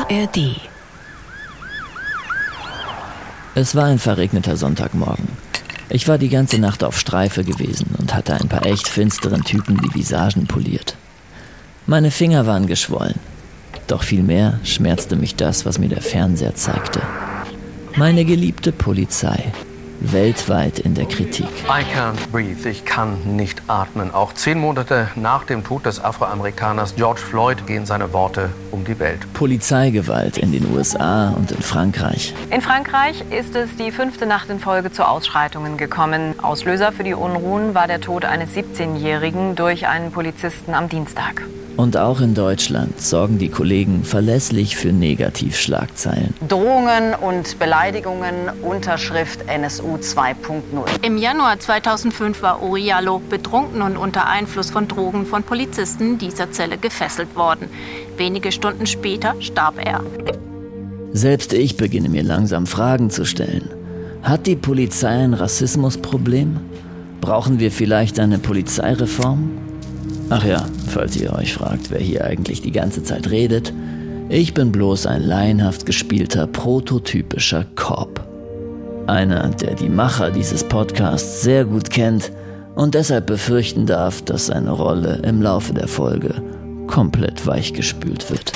ARD. Es war ein verregneter Sonntagmorgen. Ich war die ganze Nacht auf Streife gewesen und hatte ein paar echt finsteren Typen die Visagen poliert. Meine Finger waren geschwollen. Doch viel mehr schmerzte mich das, was mir der Fernseher zeigte. Meine geliebte Polizei. Weltweit in der Kritik. I can't breathe, ich kann nicht atmen. Auch 10 Monate nach dem Tod des Afroamerikaners George Floyd gehen seine Worte um die Welt. Polizeigewalt in den USA und in Frankreich. In Frankreich ist es die 5. Nacht in Folge zu Ausschreitungen gekommen. Auslöser für die Unruhen war der Tod eines 17-Jährigen durch einen Polizisten am Dienstag. Und auch in Deutschland sorgen die Kollegen verlässlich für Negativschlagzeilen. Drohungen und Beleidigungen, Unterschrift NSU 2.0. Im Januar 2005 war Orialo betrunken und unter Einfluss von Drogen von Polizisten dieser Zelle gefesselt worden. Wenige Stunden später starb er. Selbst ich beginne mir langsam Fragen zu stellen. Hat die Polizei ein Rassismusproblem? Brauchen wir vielleicht eine Polizeireform? Ach ja, falls ihr euch fragt, wer hier eigentlich die ganze Zeit redet, ich bin bloß ein laienhaft gespielter, prototypischer Cop. Einer, der die Macher dieses Podcasts sehr gut kennt und deshalb befürchten darf, dass seine Rolle im Laufe der Folge komplett weichgespült wird.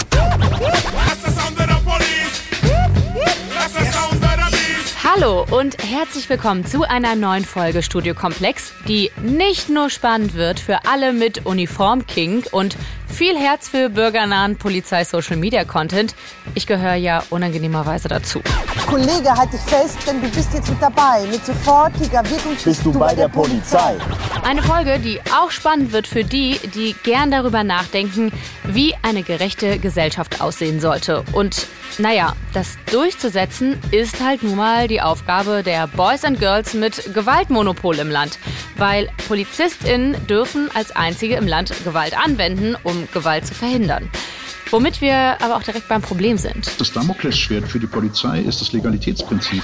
Hallo und herzlich willkommen zu einer neuen Folge Studio Komplex, die nicht nur spannend wird für alle mit Uniform-King und viel Herz für bürgernahen Polizei-Social-Media-Content. Ich gehöre ja unangenehmerweise dazu. Kollege, halt dich fest, denn du bist jetzt mit dabei. Mit sofortiger Wirkung bist du bei der Polizei. Eine Folge, die auch spannend wird für die, die gern darüber nachdenken, wie eine gerechte Gesellschaft aussehen sollte. Und naja, das durchzusetzen ist halt nun mal die Aufgabe der Boys and Girls mit Gewaltmonopol im Land. Weil PolizistInnen dürfen als einzige im Land Gewalt anwenden, um Gewalt zu verhindern. Womit wir aber auch direkt beim Problem sind. Das Damoklesschwert für die Polizei ist das Legalitätsprinzip.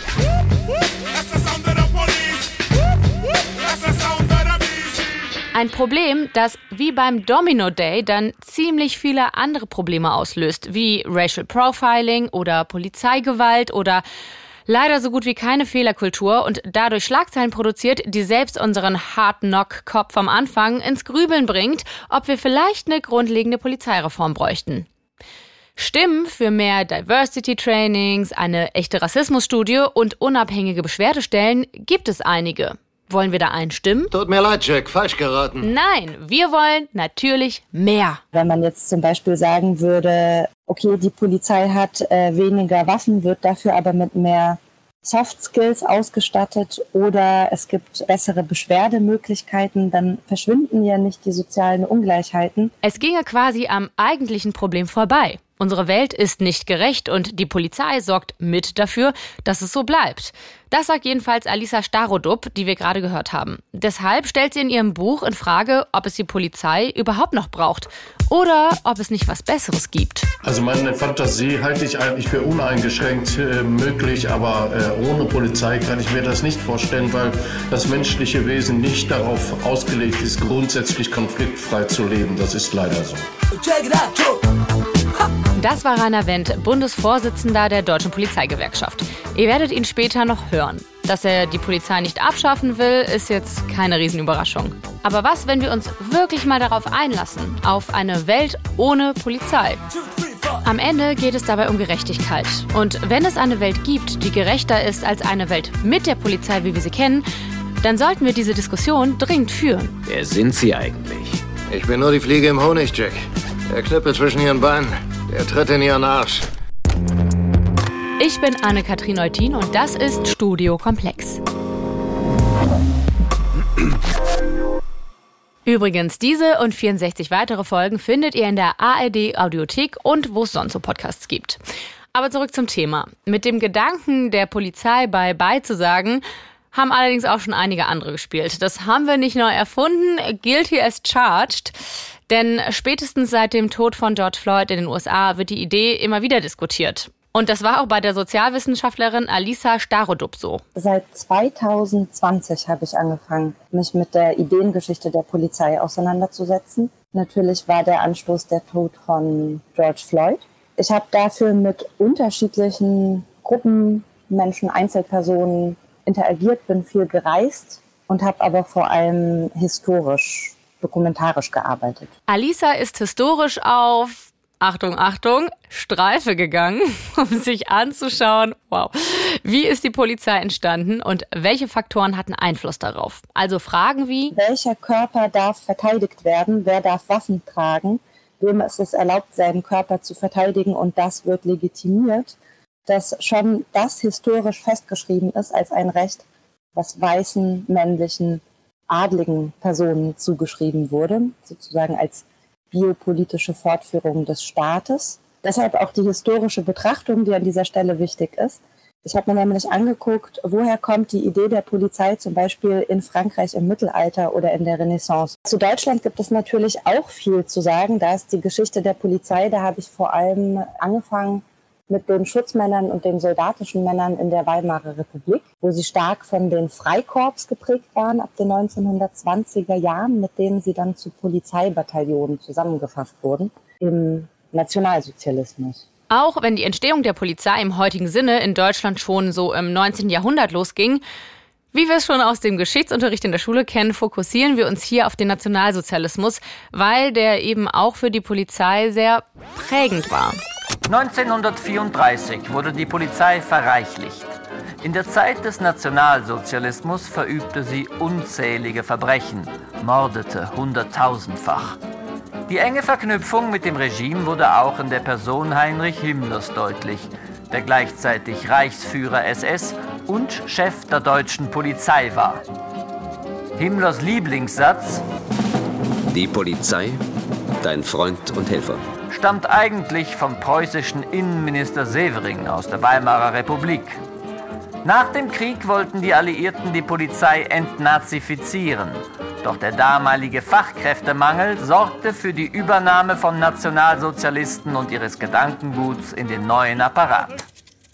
Ein Problem, das wie beim Domino Day dann ziemlich viele andere Probleme auslöst, wie Racial Profiling oder Polizeigewalt oder leider so gut wie keine Fehlerkultur und dadurch Schlagzeilen produziert, die selbst unseren Hard-Knock-Kopf am Anfang ins Grübeln bringt, ob wir vielleicht eine grundlegende Polizeireform bräuchten. Stimmen für mehr Diversity-Trainings, eine echte Rassismusstudie und unabhängige Beschwerdestellen gibt es einige. Wollen wir da einstimmen? Tut mir leid, Jack, falsch geraten. Nein, wir wollen natürlich mehr. Wenn man jetzt zum Beispiel sagen würde, okay, die Polizei hat weniger Waffen, wird dafür aber mit mehr Soft Skills ausgestattet oder es gibt bessere Beschwerdemöglichkeiten, dann verschwinden ja nicht die sozialen Ungleichheiten. Es ginge quasi am eigentlichen Problem vorbei. Unsere Welt ist nicht gerecht und die Polizei sorgt mit dafür, dass es so bleibt. Das sagt jedenfalls Alisa Starodub, die wir gerade gehört haben. Deshalb stellt sie in ihrem Buch in Frage, ob es die Polizei überhaupt noch braucht oder ob es nicht was Besseres gibt. Also meine Fantasie halte ich eigentlich für uneingeschränkt möglich, aber ohne Polizei kann ich mir das nicht vorstellen, weil das menschliche Wesen nicht darauf ausgelegt ist, grundsätzlich konfliktfrei zu leben. Das ist leider so. Das war Rainer Wendt, Bundesvorsitzender der Deutschen Polizeigewerkschaft. Ihr werdet ihn später noch hören. Dass er die Polizei nicht abschaffen will, ist jetzt keine Riesenüberraschung. Aber was, wenn wir uns wirklich mal darauf einlassen, auf eine Welt ohne Polizei? Am Ende geht es dabei um Gerechtigkeit. Und wenn es eine Welt gibt, die gerechter ist als eine Welt mit der Polizei, wie wir sie kennen, dann sollten wir diese Diskussion dringend führen. Wer sind Sie eigentlich? Ich bin nur die Fliege im Honig, Jack. Der Knüppel zwischen Ihren Beinen, der Tritt in Ihren Arsch. Ich bin Anne-Kathrin Eutin und das ist Studio Komplex. Übrigens, diese und 64 weitere Folgen findet ihr in der ARD Audiothek und wo es sonst so Podcasts gibt. Aber zurück zum Thema. Mit dem Gedanken, der Polizei Bye-bye zu sagen, haben allerdings auch schon einige andere gespielt. Das haben wir nicht neu erfunden, guilty as charged. Denn spätestens seit dem Tod von George Floyd in den USA wird die Idee immer wieder diskutiert. Und das war auch bei der Sozialwissenschaftlerin Alisa Starodub so. Seit 2020 habe ich angefangen, mich mit der Ideengeschichte der Polizei auseinanderzusetzen. Natürlich war der Anstoß der Tod von George Floyd. Ich habe dafür mit unterschiedlichen Gruppen, Menschen, Einzelpersonen interagiert, bin viel gereist und habe aber vor allem historisch, dokumentarisch gearbeitet. Alisa ist historisch auf, Achtung, Achtung, Streife gegangen, um sich anzuschauen, wow, wie ist die Polizei entstanden und welche Faktoren hatten Einfluss darauf? Also Fragen wie: Welcher Körper darf verteidigt werden? Wer darf Waffen tragen? Wem ist es erlaubt, seinen Körper zu verteidigen? Und das wird legitimiert, dass schon das historisch festgeschrieben ist als ein Recht, was weißen, männlichen, adligen Personen zugeschrieben wurde, sozusagen als biopolitische Fortführung des Staates. Deshalb auch die historische Betrachtung, die an dieser Stelle wichtig ist. Ich habe mir nämlich angeguckt, woher kommt die Idee der Polizei zum Beispiel in Frankreich im Mittelalter oder in der Renaissance. Zu Deutschland gibt es natürlich auch viel zu sagen. Da ist die Geschichte der Polizei, da habe ich vor allem angefangen mit den Schutzmännern und den soldatischen Männern in der Weimarer Republik, wo sie stark von den Freikorps geprägt waren ab den 1920er Jahren, mit denen sie dann zu Polizeibataillonen zusammengefasst wurden im Nationalsozialismus. Auch wenn die Entstehung der Polizei im heutigen Sinne in Deutschland schon so im 19. Jahrhundert losging, wie wir es schon aus dem Geschichtsunterricht in der Schule kennen, fokussieren wir uns hier auf den Nationalsozialismus, weil der eben auch für die Polizei sehr prägend war. 1934 wurde die Polizei verreichlicht. In der Zeit des Nationalsozialismus verübte sie unzählige Verbrechen, mordete hunderttausendfach. Die enge Verknüpfung mit dem Regime wurde auch in der Person Heinrich Himmlers deutlich, der gleichzeitig Reichsführer SS und Chef der deutschen Polizei war. Himmlers Lieblingssatz: Die Polizei, dein Freund und Helfer, stammt eigentlich vom preußischen Innenminister Severing aus der Weimarer Republik. Nach dem Krieg wollten die Alliierten die Polizei entnazifizieren. Doch der damalige Fachkräftemangel sorgte für die Übernahme von Nationalsozialisten und ihres Gedankenguts in den neuen Apparat.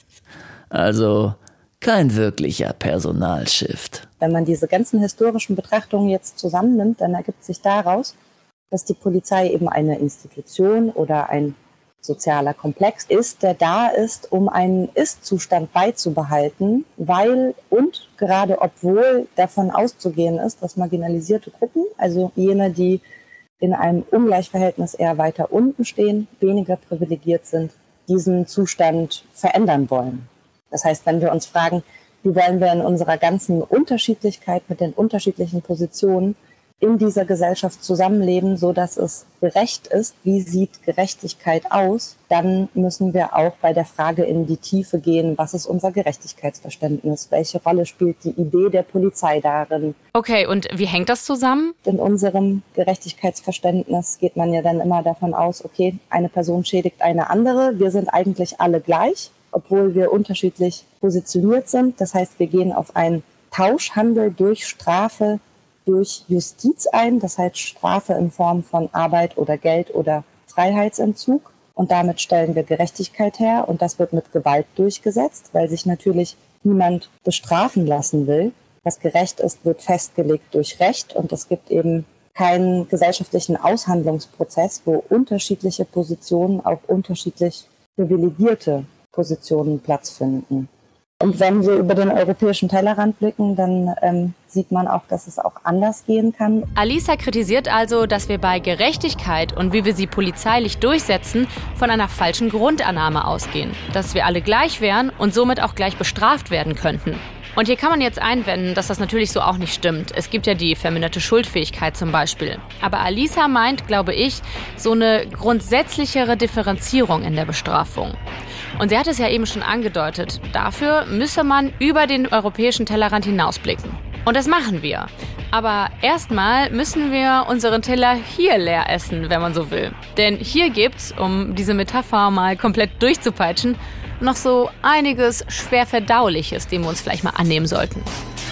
Also kein wirklicher Personalshift. Wenn man diese ganzen historischen Betrachtungen jetzt zusammennimmt, dann ergibt sich daraus, dass die Polizei eben eine Institution oder ein sozialer Komplex ist, der da ist, um einen Ist-Zustand beizubehalten, weil und gerade obwohl davon auszugehen ist, dass marginalisierte Gruppen, also jene, die in einem Ungleichverhältnis eher weiter unten stehen, weniger privilegiert sind, diesen Zustand verändern wollen. Das heißt, wenn wir uns fragen, wie wollen wir in unserer ganzen Unterschiedlichkeit mit den unterschiedlichen Positionen in dieser Gesellschaft zusammenleben, so dass es gerecht ist, wie sieht Gerechtigkeit aus, dann müssen wir auch bei der Frage in die Tiefe gehen, was ist unser Gerechtigkeitsverständnis, welche Rolle spielt die Idee der Polizei darin. Okay, und wie hängt das zusammen? In unserem Gerechtigkeitsverständnis geht man ja dann immer davon aus, okay, eine Person schädigt eine andere, wir sind eigentlich alle gleich, obwohl wir unterschiedlich positioniert sind. Das heißt, wir gehen auf einen Tauschhandel durch Strafe, durch Justiz ein, das heißt Strafe in Form von Arbeit oder Geld oder Freiheitsentzug. Und damit stellen wir Gerechtigkeit her und das wird mit Gewalt durchgesetzt, weil sich natürlich niemand bestrafen lassen will. Was gerecht ist, wird festgelegt durch Recht und es gibt eben keinen gesellschaftlichen Aushandlungsprozess, wo unterschiedliche Positionen auch unterschiedlich privilegierte Positionen Platz finden. Und wenn wir über den europäischen Tellerrand blicken, dann sieht man auch, dass es auch anders gehen kann. Alisa kritisiert also, dass wir bei Gerechtigkeit und wie wir sie polizeilich durchsetzen, von einer falschen Grundannahme ausgehen. Dass wir alle gleich wären und somit auch gleich bestraft werden könnten. Und hier kann man jetzt einwenden, dass das natürlich so auch nicht stimmt. Es gibt ja die verminderte Schuldfähigkeit zum Beispiel. Aber Alisa meint, glaube ich, so eine grundsätzlichere Differenzierung in der Bestrafung. Und sie hat es ja eben schon angedeutet. Dafür müsse man über den europäischen Tellerrand hinausblicken. Und das machen wir. Aber erstmal müssen wir unseren Teller hier leer essen, wenn man so will. Denn hier gibt's, um diese Metapher mal komplett durchzupeitschen, noch so einiges schwer Verdauliches, dem wir uns vielleicht mal annehmen sollten.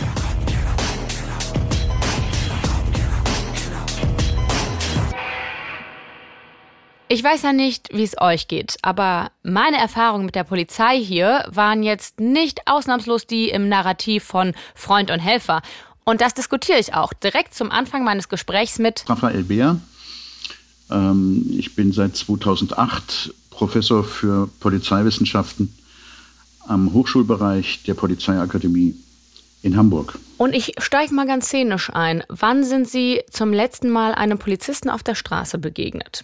Ich weiß ja nicht, wie es euch geht, aber meine Erfahrungen mit der Polizei hier waren jetzt nicht ausnahmslos die im Narrativ von Freund und Helfer. Und das diskutiere ich auch direkt zum Anfang meines Gesprächs mit Raphael Beer. Ich bin seit 2008 Professor für Polizeiwissenschaften am Hochschulbereich der Polizeiakademie in Hamburg. Und ich steige mal ganz szenisch ein. Wann sind Sie zum letzten Mal einem Polizisten auf der Straße begegnet?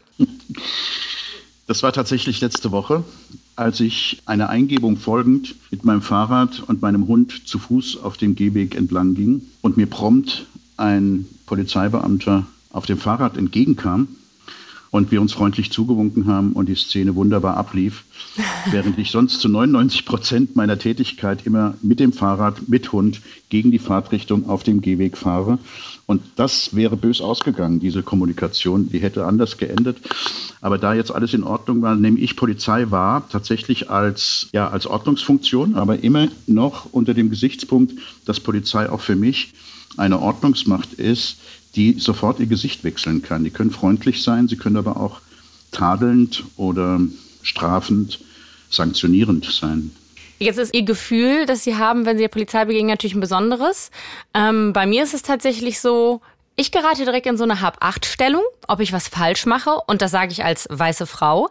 Das war tatsächlich letzte Woche, als ich einer Eingebung folgend mit meinem Fahrrad und meinem Hund zu Fuß auf dem Gehweg entlang ging und mir prompt ein Polizeibeamter auf dem Fahrrad entgegenkam und wir uns freundlich zugewunken haben und die Szene wunderbar ablief, während ich sonst zu 99% meiner Tätigkeit immer mit dem Fahrrad, mit Hund, gegen die Fahrtrichtung auf dem Gehweg fahre. Und das wäre bös ausgegangen, diese Kommunikation, die hätte anders geendet. Aber da jetzt alles in Ordnung war, nehme ich Polizei wahr, tatsächlich als Ordnungsfunktion, aber immer noch unter dem Gesichtspunkt, dass Polizei auch für mich eine Ordnungsmacht ist, die sofort ihr Gesicht wechseln kann. Die können freundlich sein, sie können aber auch tadelnd oder strafend, sanktionierend sein. Jetzt ist Ihr Gefühl, das Sie haben, wenn Sie der Polizei begegnen, natürlich ein besonderes. Bei mir ist es tatsächlich so, ich gerate direkt in so eine Hab-8-Stellung, ob ich was falsch mache. Und das sage ich als weiße Frau.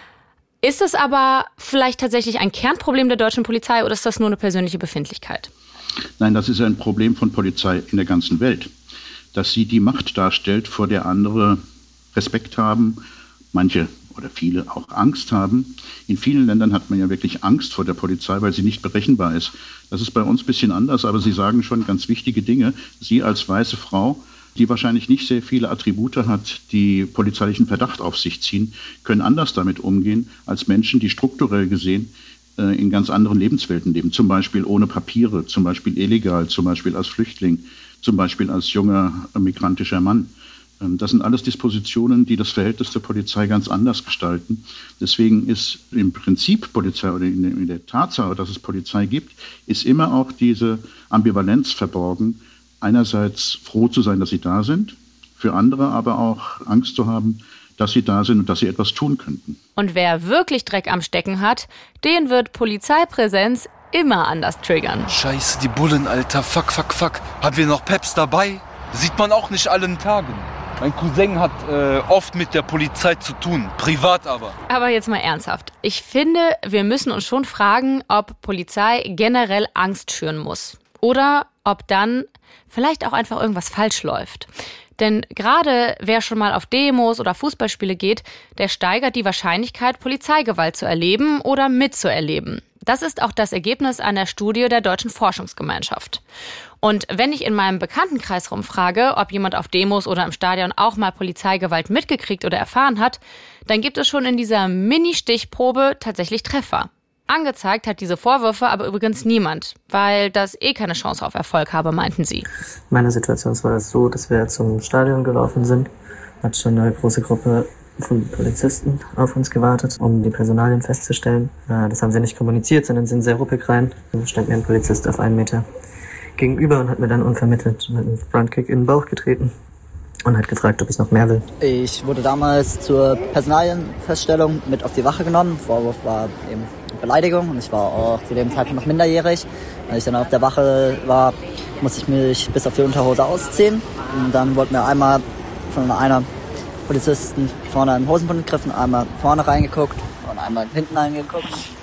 Ist es aber vielleicht tatsächlich ein Kernproblem der deutschen Polizei oder ist das nur eine persönliche Befindlichkeit? Nein, das ist ein Problem von Polizei in der ganzen Welt. Dass sie die Macht darstellt, vor der andere Respekt haben, manche oder viele auch Angst haben. In vielen Ländern hat man ja wirklich Angst vor der Polizei, weil sie nicht berechenbar ist. Das ist bei uns ein bisschen anders, aber Sie sagen schon ganz wichtige Dinge. Sie als weiße Frau, die wahrscheinlich nicht sehr viele Attribute hat, die polizeilichen Verdacht auf sich ziehen, können anders damit umgehen als Menschen, die strukturell gesehen in ganz anderen Lebenswelten leben. Zum Beispiel ohne Papiere, zum Beispiel illegal, zum Beispiel als Flüchtling, zum Beispiel als junger migrantischer Mann. Das sind alles Dispositionen, die das Verhältnis zur Polizei ganz anders gestalten. Deswegen ist im Prinzip Polizei oder in der Tatsache, dass es Polizei gibt, ist immer auch diese Ambivalenz verborgen. Einerseits froh zu sein, dass sie da sind, für andere aber auch Angst zu haben, dass sie da sind und dass sie etwas tun könnten. Und wer wirklich Dreck am Stecken hat, den wird Polizeipräsenz immer anders triggern. Scheiße, die Bullen, Alter. Fuck. Haben wir noch Peps dabei? Sieht man auch nicht allen Tagen. Mein Cousin hat oft mit der Polizei zu tun, privat aber. Aber jetzt mal ernsthaft. Ich finde, wir müssen uns schon fragen, ob Polizei generell Angst schüren muss. Oder ob dann vielleicht auch einfach irgendwas falsch läuft. Denn gerade wer schon mal auf Demos oder Fußballspiele geht, der steigert die Wahrscheinlichkeit, Polizeigewalt zu erleben oder mitzuerleben. Das ist auch das Ergebnis einer Studie der Deutschen Forschungsgemeinschaft. Und wenn ich in meinem Bekanntenkreis rumfrage, ob jemand auf Demos oder im Stadion auch mal Polizeigewalt mitgekriegt oder erfahren hat, dann gibt es schon in dieser Mini-Stichprobe tatsächlich Treffer. Angezeigt hat diese Vorwürfe aber übrigens niemand, weil das keine Chance auf Erfolg habe, meinten sie. In meiner Situation war es so, dass wir zum Stadion gelaufen sind. Hat schon eine große Gruppe von Polizisten auf uns gewartet, um die Personalien festzustellen. Das haben sie nicht kommuniziert, sondern sind sehr ruppig rein. Da stand mir ein Polizist auf 1 Meter gegenüber und hat mir dann unvermittelt mit einem Frontkick in den Bauch getreten und hat gefragt, ob ich noch mehr will. Ich wurde damals zur Personalienfeststellung mit auf die Wache genommen. Vorwurf war eben Beleidigung und ich war auch zu dem Zeitpunkt noch minderjährig. Als ich dann auf der Wache war, musste ich mich bis auf die Unterhose ausziehen. Und dann wurde mir einmal von einer Polizisten vorne im Hosenbund gegriffen, einmal vorne reingeguckt und einmal hinten reingeguckt.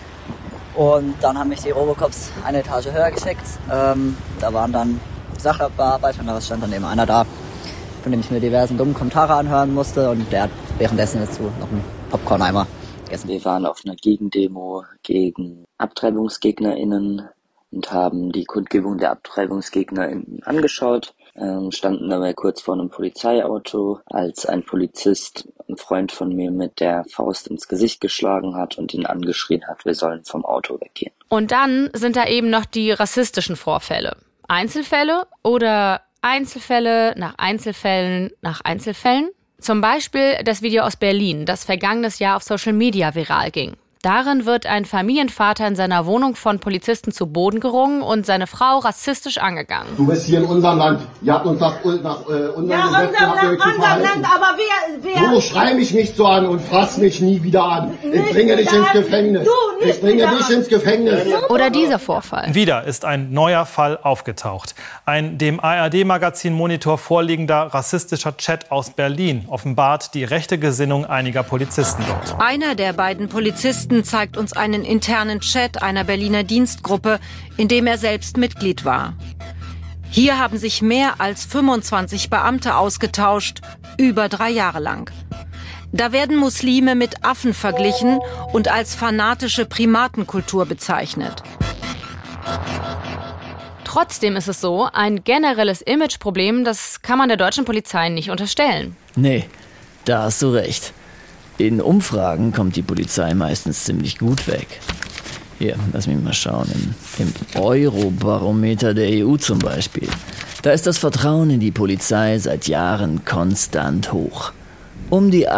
Und dann haben mich die Robocops eine Etage höher geschickt. Da waren dann Sachbearbeiter und da stand dann eben einer da, von dem ich mir diversen dummen Kommentare anhören musste. Und der hat währenddessen dazu noch einen Popcorn-Eimer gegessen. Wir waren auf einer Gegendemo gegen AbtreibungsgegnerInnen und haben die Kundgebung der AbtreibungsgegnerInnen angeschaut. Standen dabei kurz vor einem Polizeiauto, als ein Polizist einen Freund von mir mit der Faust ins Gesicht geschlagen hat und ihn angeschrien hat, wir sollen vom Auto weggehen. Und dann sind da eben noch die rassistischen Vorfälle. Einzelfälle oder Einzelfälle nach Einzelfällen nach Einzelfällen? Zum Beispiel das Video aus Berlin, das vergangenes Jahr auf Social Media viral ging. Darin wird ein Familienvater in seiner Wohnung von Polizisten zu Boden gerungen und seine Frau rassistisch angegangen. Du bist hier in unserem Land. Ihr habt uns nach unserem Gesetz aber wer... Du schrei mich nicht so an und fass mich nie wieder an. Ich bringe dich ins Gefängnis. Ich bringe dich ins Gefängnis. Oder dieser Vorfall. Wieder ist ein neuer Fall aufgetaucht. Ein dem ARD-Magazin Monitor vorliegender rassistischer Chat aus Berlin offenbart die rechte Gesinnung einiger Polizisten dort. Einer der beiden Polizisten zeigt uns einen internen Chat einer Berliner Dienstgruppe, in dem er selbst Mitglied war. Hier haben sich mehr als 25 Beamte ausgetauscht, über 3 Jahre lang. Da werden Muslime mit Affen verglichen und als fanatische Primatenkultur bezeichnet. Trotzdem ist es so, ein generelles Imageproblem, das kann man der deutschen Polizei nicht unterstellen. Nee, da hast du recht. In Umfragen kommt die Polizei meistens ziemlich gut weg. Hier, lass mich mal schauen. Im Eurobarometer der EU zum Beispiel. Da ist das Vertrauen in die Polizei seit Jahren konstant hoch. Um die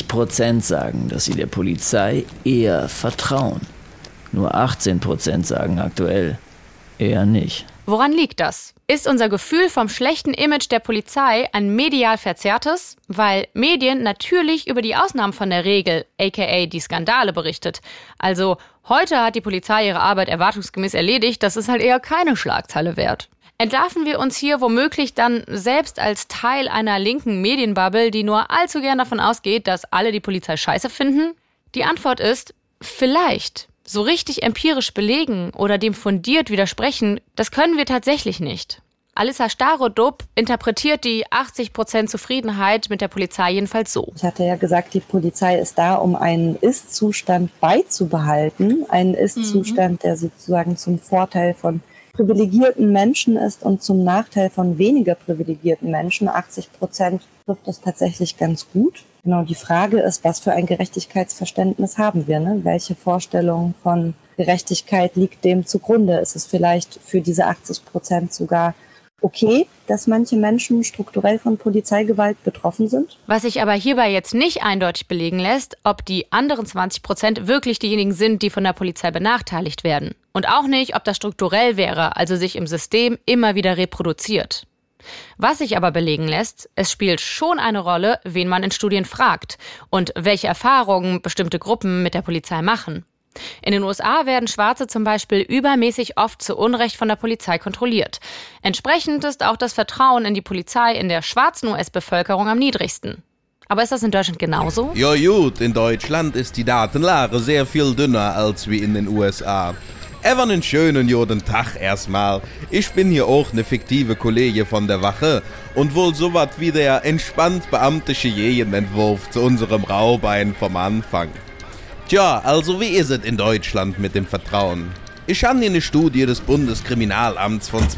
80% sagen, dass sie der Polizei eher vertrauen. Nur 18% sagen aktuell eher nicht. Woran liegt das? Ist unser Gefühl vom schlechten Image der Polizei ein medial verzerrtes? Weil Medien natürlich über die Ausnahmen von der Regel, aka die Skandale, berichtet. Also heute hat die Polizei ihre Arbeit erwartungsgemäß erledigt, das ist halt eher keine Schlagzeile wert. Entlarven wir uns hier womöglich dann selbst als Teil einer linken Medienbubble, die nur allzu gern davon ausgeht, dass alle die Polizei scheiße finden? Die Antwort ist, vielleicht. So richtig empirisch belegen oder dem fundiert widersprechen, das können wir tatsächlich nicht. Alissa Starodup interpretiert die 80% Zufriedenheit mit der Polizei jedenfalls so. Ich hatte ja gesagt, die Polizei ist da, um einen Ist-Zustand beizubehalten. Einen Ist-Zustand, der sozusagen zum Vorteil von privilegierten Menschen ist und zum Nachteil von weniger privilegierten Menschen. 80% trifft das tatsächlich ganz gut. Genau, die Frage ist, was für ein Gerechtigkeitsverständnis haben wir, ne? Welche Vorstellung von Gerechtigkeit liegt dem zugrunde? Ist es vielleicht für diese 80% sogar okay, dass manche Menschen strukturell von Polizeigewalt betroffen sind? Was sich aber hierbei jetzt nicht eindeutig belegen lässt, ob die anderen 20% wirklich diejenigen sind, die von der Polizei benachteiligt werden. Und auch nicht, ob das strukturell wäre, also sich im System immer wieder reproduziert. Was sich aber belegen lässt, es spielt schon eine Rolle, wen man in Studien fragt und welche Erfahrungen bestimmte Gruppen mit der Polizei machen. In den USA werden Schwarze zum Beispiel übermäßig oft zu Unrecht von der Polizei kontrolliert. Entsprechend ist auch das Vertrauen in die Polizei in der schwarzen US-Bevölkerung am niedrigsten. Aber ist das in Deutschland genauso? Ja gut, in Deutschland ist die Datenlage sehr viel dünner als wie in den USA. Einen schönen guten Tag erstmal. Ich bin hier auch eine fiktive Kollege von der Wache und wohl sowas wie der entspannt beamtische Jägenentwurf zu unserem Raubein vom Anfang. Tja, also wie ist es in Deutschland mit dem Vertrauen? Ich habe hier eine Studie des Bundeskriminalamts von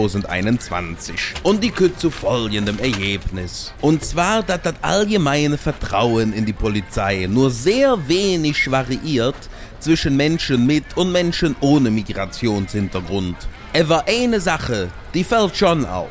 2021 und die kommt zu folgendem Ergebnis. Und zwar, dass das allgemeine Vertrauen in die Polizei nur sehr wenig variiert zwischen Menschen mit und Menschen ohne Migrationshintergrund. Aber eine Sache, die fällt schon auf.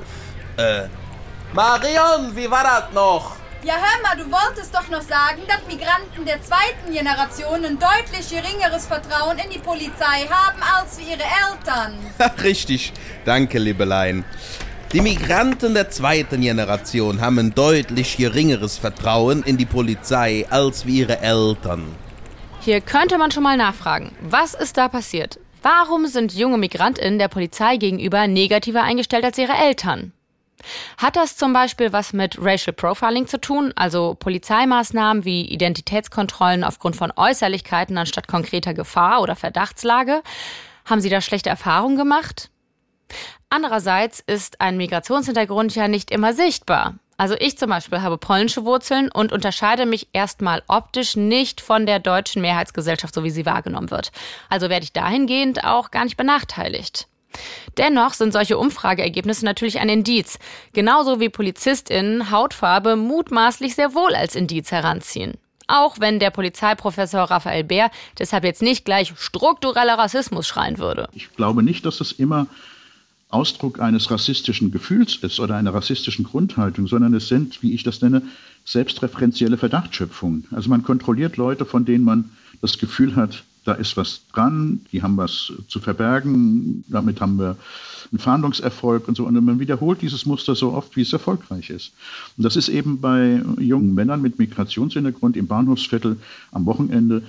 Marion, wie war das noch? Ja, hör mal, du wolltest doch noch sagen, dass Migranten der zweiten Generation ein deutlich geringeres Vertrauen in die Polizei haben als wie ihre Eltern. Richtig, danke, Liebelein. Die Migranten der zweiten Generation haben ein deutlich geringeres Vertrauen in die Polizei als wie ihre Eltern. Hier könnte man schon mal nachfragen, was ist da passiert? Warum sind junge MigrantInnen der Polizei gegenüber negativer eingestellt als ihre Eltern? Hat das zum Beispiel was mit Racial Profiling zu tun, also Polizeimaßnahmen wie Identitätskontrollen aufgrund von Äußerlichkeiten anstatt konkreter Gefahr oder Verdachtslage? Haben Sie da schlechte Erfahrungen gemacht? Andererseits ist ein Migrationshintergrund ja nicht immer sichtbar. Also ich zum Beispiel habe polnische Wurzeln und unterscheide mich erstmal optisch nicht von der deutschen Mehrheitsgesellschaft, so wie sie wahrgenommen wird. Also werde ich dahingehend auch gar nicht benachteiligt. Dennoch sind solche Umfrageergebnisse natürlich ein Indiz, genauso wie PolizistInnen Hautfarbe mutmaßlich sehr wohl als Indiz heranziehen. Auch wenn der Polizeiprofessor Raphael Bär deshalb jetzt nicht gleich struktureller Rassismus schreien würde. Ich glaube nicht, dass es immer Ausdruck eines rassistischen Gefühls ist oder einer rassistischen Grundhaltung, sondern es sind, wie ich das nenne, selbstreferenzielle Verdachtsschöpfungen. Also man kontrolliert Leute, von denen man das Gefühl hat, da ist was dran, die haben was zu verbergen, damit haben wir einen Fahndungserfolg und so. Und man wiederholt dieses Muster so oft, wie es erfolgreich ist. Und das ist eben bei jungen Männern mit Migrationshintergrund im Bahnhofsviertel am Wochenende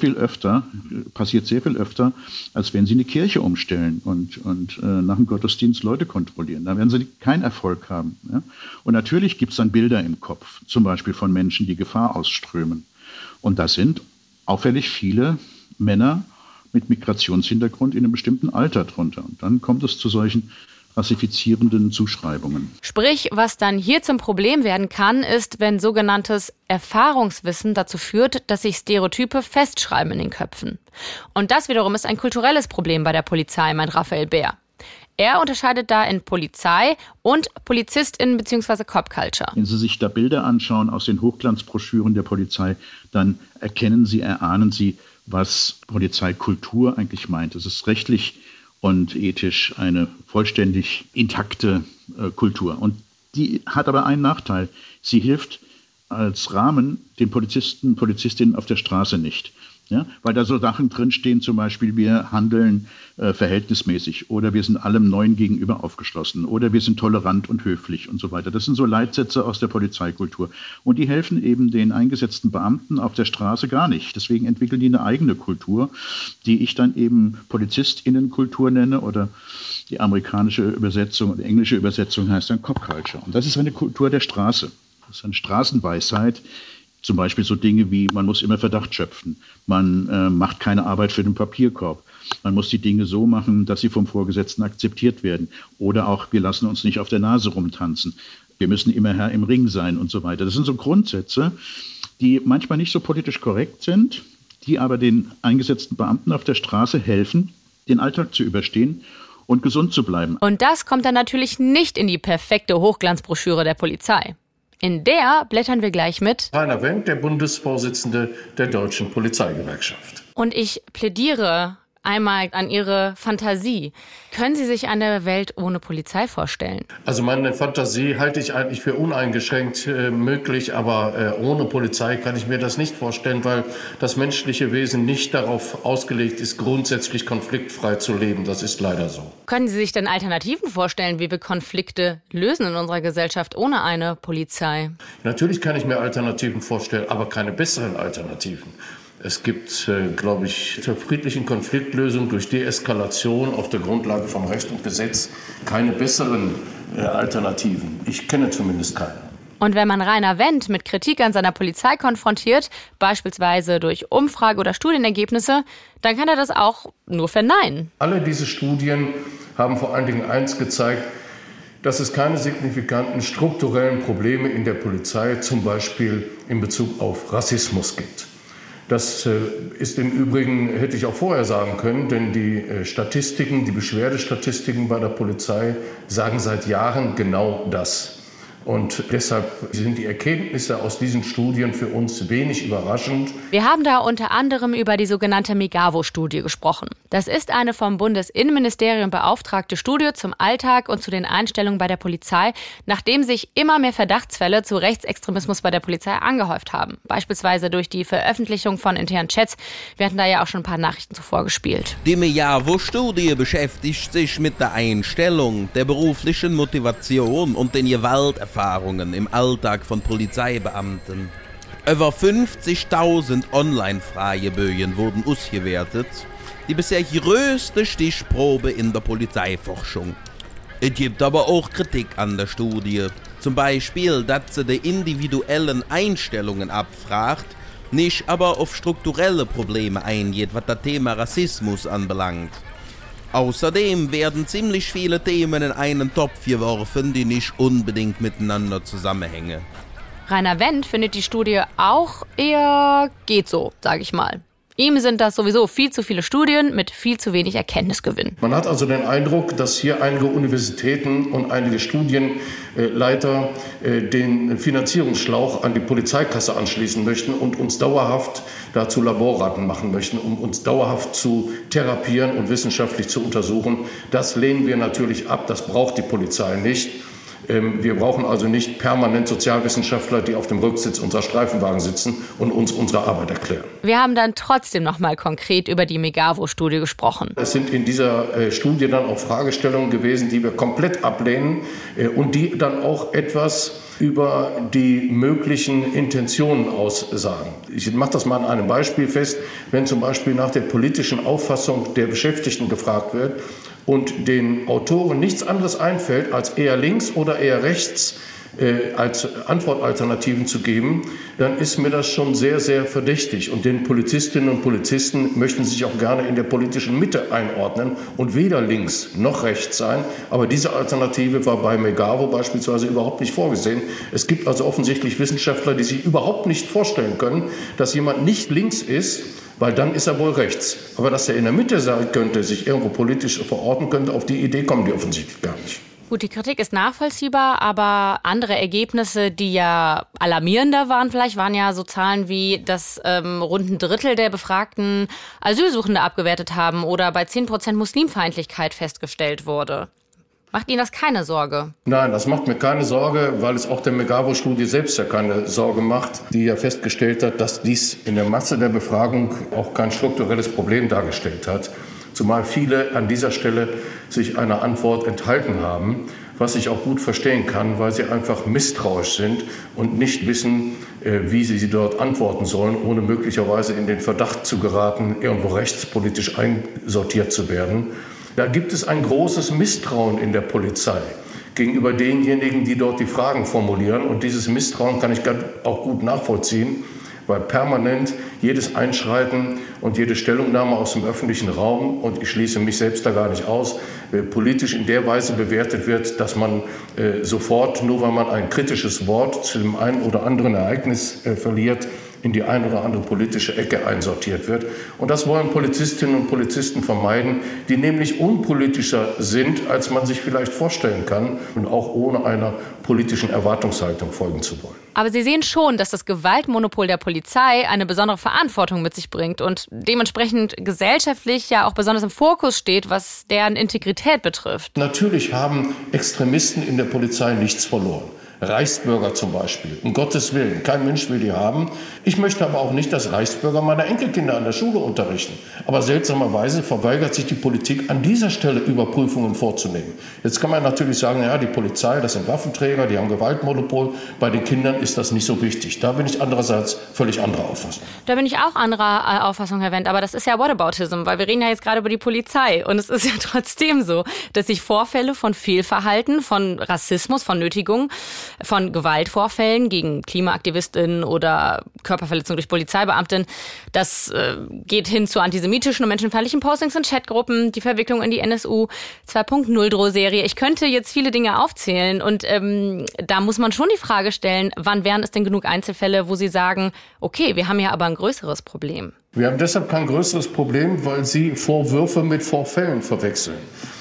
passiert sehr viel öfter, als wenn sie eine Kirche umstellen und nach dem Gottesdienst Leute kontrollieren. Da werden sie keinen Erfolg haben. Ja? Und natürlich gibt es dann Bilder im Kopf, zum Beispiel von Menschen, die Gefahr ausströmen. Und da sind auffällig viele Männer mit Migrationshintergrund in einem bestimmten Alter drunter. Und dann kommt es zu solchen rassifizierenden Zuschreibungen. Sprich, was dann hier zum Problem werden kann, ist, wenn sogenanntes Erfahrungswissen dazu führt, dass sich Stereotype festschreiben in den Köpfen. Und das wiederum ist ein kulturelles Problem bei der Polizei, meint Raphael Bär. Er unterscheidet da in Polizei und PolizistInnen bzw. Cop Culture. Wenn Sie sich da Bilder anschauen aus den Hochglanzbroschüren der Polizei, dann erahnen Sie, was Polizeikultur eigentlich meint. Es ist rechtlich und ethisch eine vollständig intakte Kultur. Und die hat aber einen Nachteil. Sie hilft als Rahmen den Polizisten, Polizistinnen auf der Straße nicht. Ja, weil da so Sachen drinstehen, zum Beispiel, wir handeln verhältnismäßig oder wir sind allem Neuen gegenüber aufgeschlossen oder wir sind tolerant und höflich und so weiter. Das sind so Leitsätze aus der Polizeikultur. Und die helfen eben den eingesetzten Beamten auf der Straße gar nicht. Deswegen entwickeln die eine eigene Kultur, die ich dann eben PolizistInnenkultur nenne, oder die amerikanische Übersetzung oder englische Übersetzung heißt dann Cop Culture. Und das ist eine Kultur der Straße. Das ist eine Straßenweisheit. Zum Beispiel so Dinge wie, man muss immer Verdacht schöpfen, man macht keine Arbeit für den Papierkorb, man muss die Dinge so machen, dass sie vom Vorgesetzten akzeptiert werden. Oder auch, wir lassen uns nicht auf der Nase rumtanzen, wir müssen immer Herr im Ring sein und so weiter. Das sind so Grundsätze, die manchmal nicht so politisch korrekt sind, die aber den eingesetzten Beamten auf der Straße helfen, den Alltag zu überstehen und gesund zu bleiben. Und das kommt dann natürlich nicht in die perfekte Hochglanzbroschüre der Polizei. In der blättern wir gleich mit Rainer Wendt, der Bundesvorsitzende der Deutschen Polizeigewerkschaft. Und ich plädiere einmal an Ihre Fantasie. Können Sie sich eine Welt ohne Polizei vorstellen? Also meine Fantasie halte ich eigentlich für uneingeschränkt möglich, aber ohne Polizei kann ich mir das nicht vorstellen, weil das menschliche Wesen nicht darauf ausgelegt ist, grundsätzlich konfliktfrei zu leben. Das ist leider so. Können Sie sich denn Alternativen vorstellen, wie wir Konflikte lösen in unserer Gesellschaft ohne eine Polizei? Natürlich kann ich mir Alternativen vorstellen, aber keine besseren Alternativen. Es gibt, glaube ich, zur friedlichen Konfliktlösung durch Deeskalation auf der Grundlage von Recht und Gesetz keine besseren Alternativen. Ich kenne zumindest keine. Und wenn man Rainer Wendt mit Kritik an seiner Polizei konfrontiert, beispielsweise durch Umfrage- oder Studienergebnisse, dann kann er das auch nur verneinen. Alle diese Studien haben vor allen Dingen eins gezeigt, dass es keine signifikanten strukturellen Probleme in der Polizei, zum Beispiel in Bezug auf Rassismus, gibt. Das ist im Übrigen, hätte ich auch vorher sagen können, denn die Statistiken, die Beschwerdestatistiken bei der Polizei sagen seit Jahren genau das. Und deshalb sind die Erkenntnisse aus diesen Studien für uns wenig überraschend. Wir haben da unter anderem über die sogenannte Megavo-Studie gesprochen. Das ist eine vom Bundesinnenministerium beauftragte Studie zum Alltag und zu den Einstellungen bei der Polizei, nachdem sich immer mehr Verdachtsfälle zu Rechtsextremismus bei der Polizei angehäuft haben. Beispielsweise durch die Veröffentlichung von internen Chats. Wir hatten da ja auch schon ein paar Nachrichten zuvor gespielt. Die Megavo-Studie beschäftigt sich mit der Einstellung, der beruflichen Motivation und den Gewalterfahrungen im Alltag von Polizeibeamten. Über 50.000 Online-Fragebögen wurden ausgewertet, die bisher größte Stichprobe in der Polizeiforschung. Es gibt aber auch Kritik an der Studie. Zum Beispiel, dass sie die individuellen Einstellungen abfragt, nicht aber auf strukturelle Probleme eingeht, was das Thema Rassismus anbelangt. Außerdem werden ziemlich viele Themen in einen Topf geworfen, die nicht unbedingt miteinander zusammenhängen. Rainer Wendt findet die Studie auch eher geht so, sage ich mal. Ihm sind das sowieso viel zu viele Studien mit viel zu wenig Erkenntnisgewinn. Man hat also den Eindruck, dass hier einige Universitäten und einige Studienleiter den Finanzierungsschlauch an die Polizeikasse anschließen möchten und uns dauerhaft dazu Laborratten machen möchten, um uns dauerhaft zu therapieren und wissenschaftlich zu untersuchen. Das lehnen wir natürlich ab, das braucht die Polizei nicht. Wir brauchen also nicht permanent Sozialwissenschaftler, die auf dem Rücksitz unserer Streifenwagen sitzen und uns unsere Arbeit erklären. Wir haben dann trotzdem noch mal konkret über die Megavo-Studie gesprochen. Es sind in dieser Studie dann auch Fragestellungen gewesen, die wir komplett ablehnen und die dann auch etwas über die möglichen Intentionen aussagen. Ich mache das mal an einem Beispiel fest. Wenn zum Beispiel nach der politischen Auffassung der Beschäftigten gefragt wird und den Autoren nichts anderes einfällt, als eher links oder eher rechts als Antwortalternativen zu geben, dann ist mir das schon sehr, sehr verdächtig. Und den Polizistinnen und Polizisten möchten sich auch gerne in der politischen Mitte einordnen und weder links noch rechts sein. Aber diese Alternative war bei Megavo beispielsweise überhaupt nicht vorgesehen. Es gibt also offensichtlich Wissenschaftler, die sich überhaupt nicht vorstellen können, dass jemand nicht links ist, weil dann ist er wohl rechts. Aber dass er in der Mitte sein könnte, sich irgendwo politisch verorten könnte, auf die Idee kommen die offensichtlich gar nicht. Gut, die Kritik ist nachvollziehbar, aber andere Ergebnisse, die ja alarmierender waren vielleicht, waren ja so Zahlen wie, dass rund ein Drittel der Befragten Asylsuchende abgewertet haben oder bei 10% Muslimfeindlichkeit festgestellt wurde. Macht Ihnen das keine Sorge? Nein, das macht mir keine Sorge, weil es auch der Megavo-Studie selbst ja keine Sorge macht, die ja festgestellt hat, dass dies in der Masse der Befragung auch kein strukturelles Problem dargestellt hat. Zumal viele an dieser Stelle sich einer Antwort enthalten haben, was ich auch gut verstehen kann, weil sie einfach misstrauisch sind und nicht wissen, wie sie dort antworten sollen, ohne möglicherweise in den Verdacht zu geraten, irgendwo rechtspolitisch einsortiert zu werden. Da gibt es ein großes Misstrauen in der Polizei gegenüber denjenigen, die dort die Fragen formulieren. Und dieses Misstrauen kann ich auch gut nachvollziehen, weil permanent jedes Einschreiten und jede Stellungnahme aus dem öffentlichen Raum, und ich schließe mich selbst da gar nicht aus, politisch in der Weise bewertet wird, dass man sofort, nur weil man ein kritisches Wort zu dem einen oder anderen Ereignis verliert, in die ein oder andere politische Ecke einsortiert wird. Und das wollen Polizistinnen und Polizisten vermeiden, die nämlich unpolitischer sind, als man sich vielleicht vorstellen kann und auch ohne einer politischen Erwartungshaltung folgen zu wollen. Aber Sie sehen schon, dass das Gewaltmonopol der Polizei eine besondere Verantwortung mit sich bringt und dementsprechend gesellschaftlich ja auch besonders im Fokus steht, was deren Integrität betrifft. Natürlich haben Extremisten in der Polizei nichts verloren. Reichsbürger zum Beispiel, um Gottes Willen, kein Mensch will die haben. Ich möchte aber auch nicht, dass Reichsbürger meine Enkelkinder an der Schule unterrichten. Aber seltsamerweise verweigert sich die Politik an dieser Stelle Überprüfungen vorzunehmen. Jetzt kann man natürlich sagen, ja, die Polizei, das sind Waffenträger, die haben Gewaltmonopol. Bei den Kindern ist das nicht so wichtig. Da bin ich andererseits völlig anderer Auffassung. Da bin ich auch anderer Auffassung, Herr Wendt, aber das ist ja Whataboutism, weil wir reden ja jetzt gerade über die Polizei. Und es ist ja trotzdem so, dass sich Vorfälle von Fehlverhalten, von Rassismus, von Nötigung, von Gewaltvorfällen gegen KlimaaktivistInnen oder Körperverletzung durch Polizeibeamtinnen. Das geht hin zu antisemitischen und menschenfeindlichen Postings in Chatgruppen, die Verwicklung in die NSU 2.0 Drohserie. Ich könnte jetzt viele Dinge aufzählen und da muss man schon die Frage stellen, wann wären es denn genug Einzelfälle, wo Sie sagen, okay, wir haben ja aber ein größeres Problem. Wir haben deshalb kein größeres Problem, weil Sie Vorwürfe mit Vorfällen verwechseln.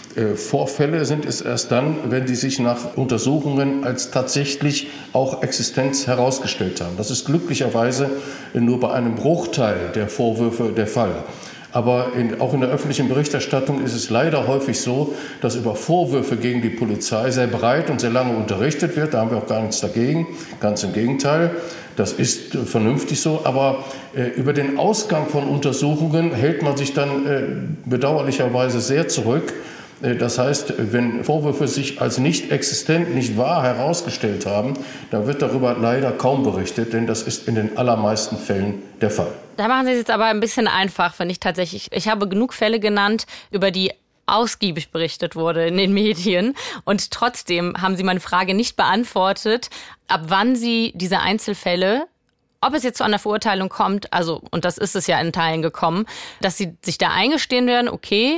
Vorfälle sind es erst dann, wenn die sich nach Untersuchungen als tatsächlich auch Existenz herausgestellt haben. Das ist glücklicherweise nur bei einem Bruchteil der Vorwürfe der Fall. Aber auch in der öffentlichen Berichterstattung ist es leider häufig so, dass über Vorwürfe gegen die Polizei sehr breit und sehr lange unterrichtet wird. Da haben wir auch gar nichts dagegen, ganz im Gegenteil. Das ist vernünftig so, aber über den Ausgang von Untersuchungen hält man sich dann bedauerlicherweise sehr zurück. Das heißt, wenn Vorwürfe sich als nicht existent, nicht wahr herausgestellt haben, dann wird darüber leider kaum berichtet, denn das ist in den allermeisten Fällen der Fall. Da machen Sie es jetzt aber ein bisschen einfach, finde ich tatsächlich. Ich habe genug Fälle genannt, über die ausgiebig berichtet wurde in den Medien. Und trotzdem haben Sie meine Frage nicht beantwortet, ab wann Sie diese Einzelfälle, ob es jetzt zu einer Verurteilung kommt, also, und das ist es ja in Teilen gekommen, dass Sie sich da eingestehen werden, okay,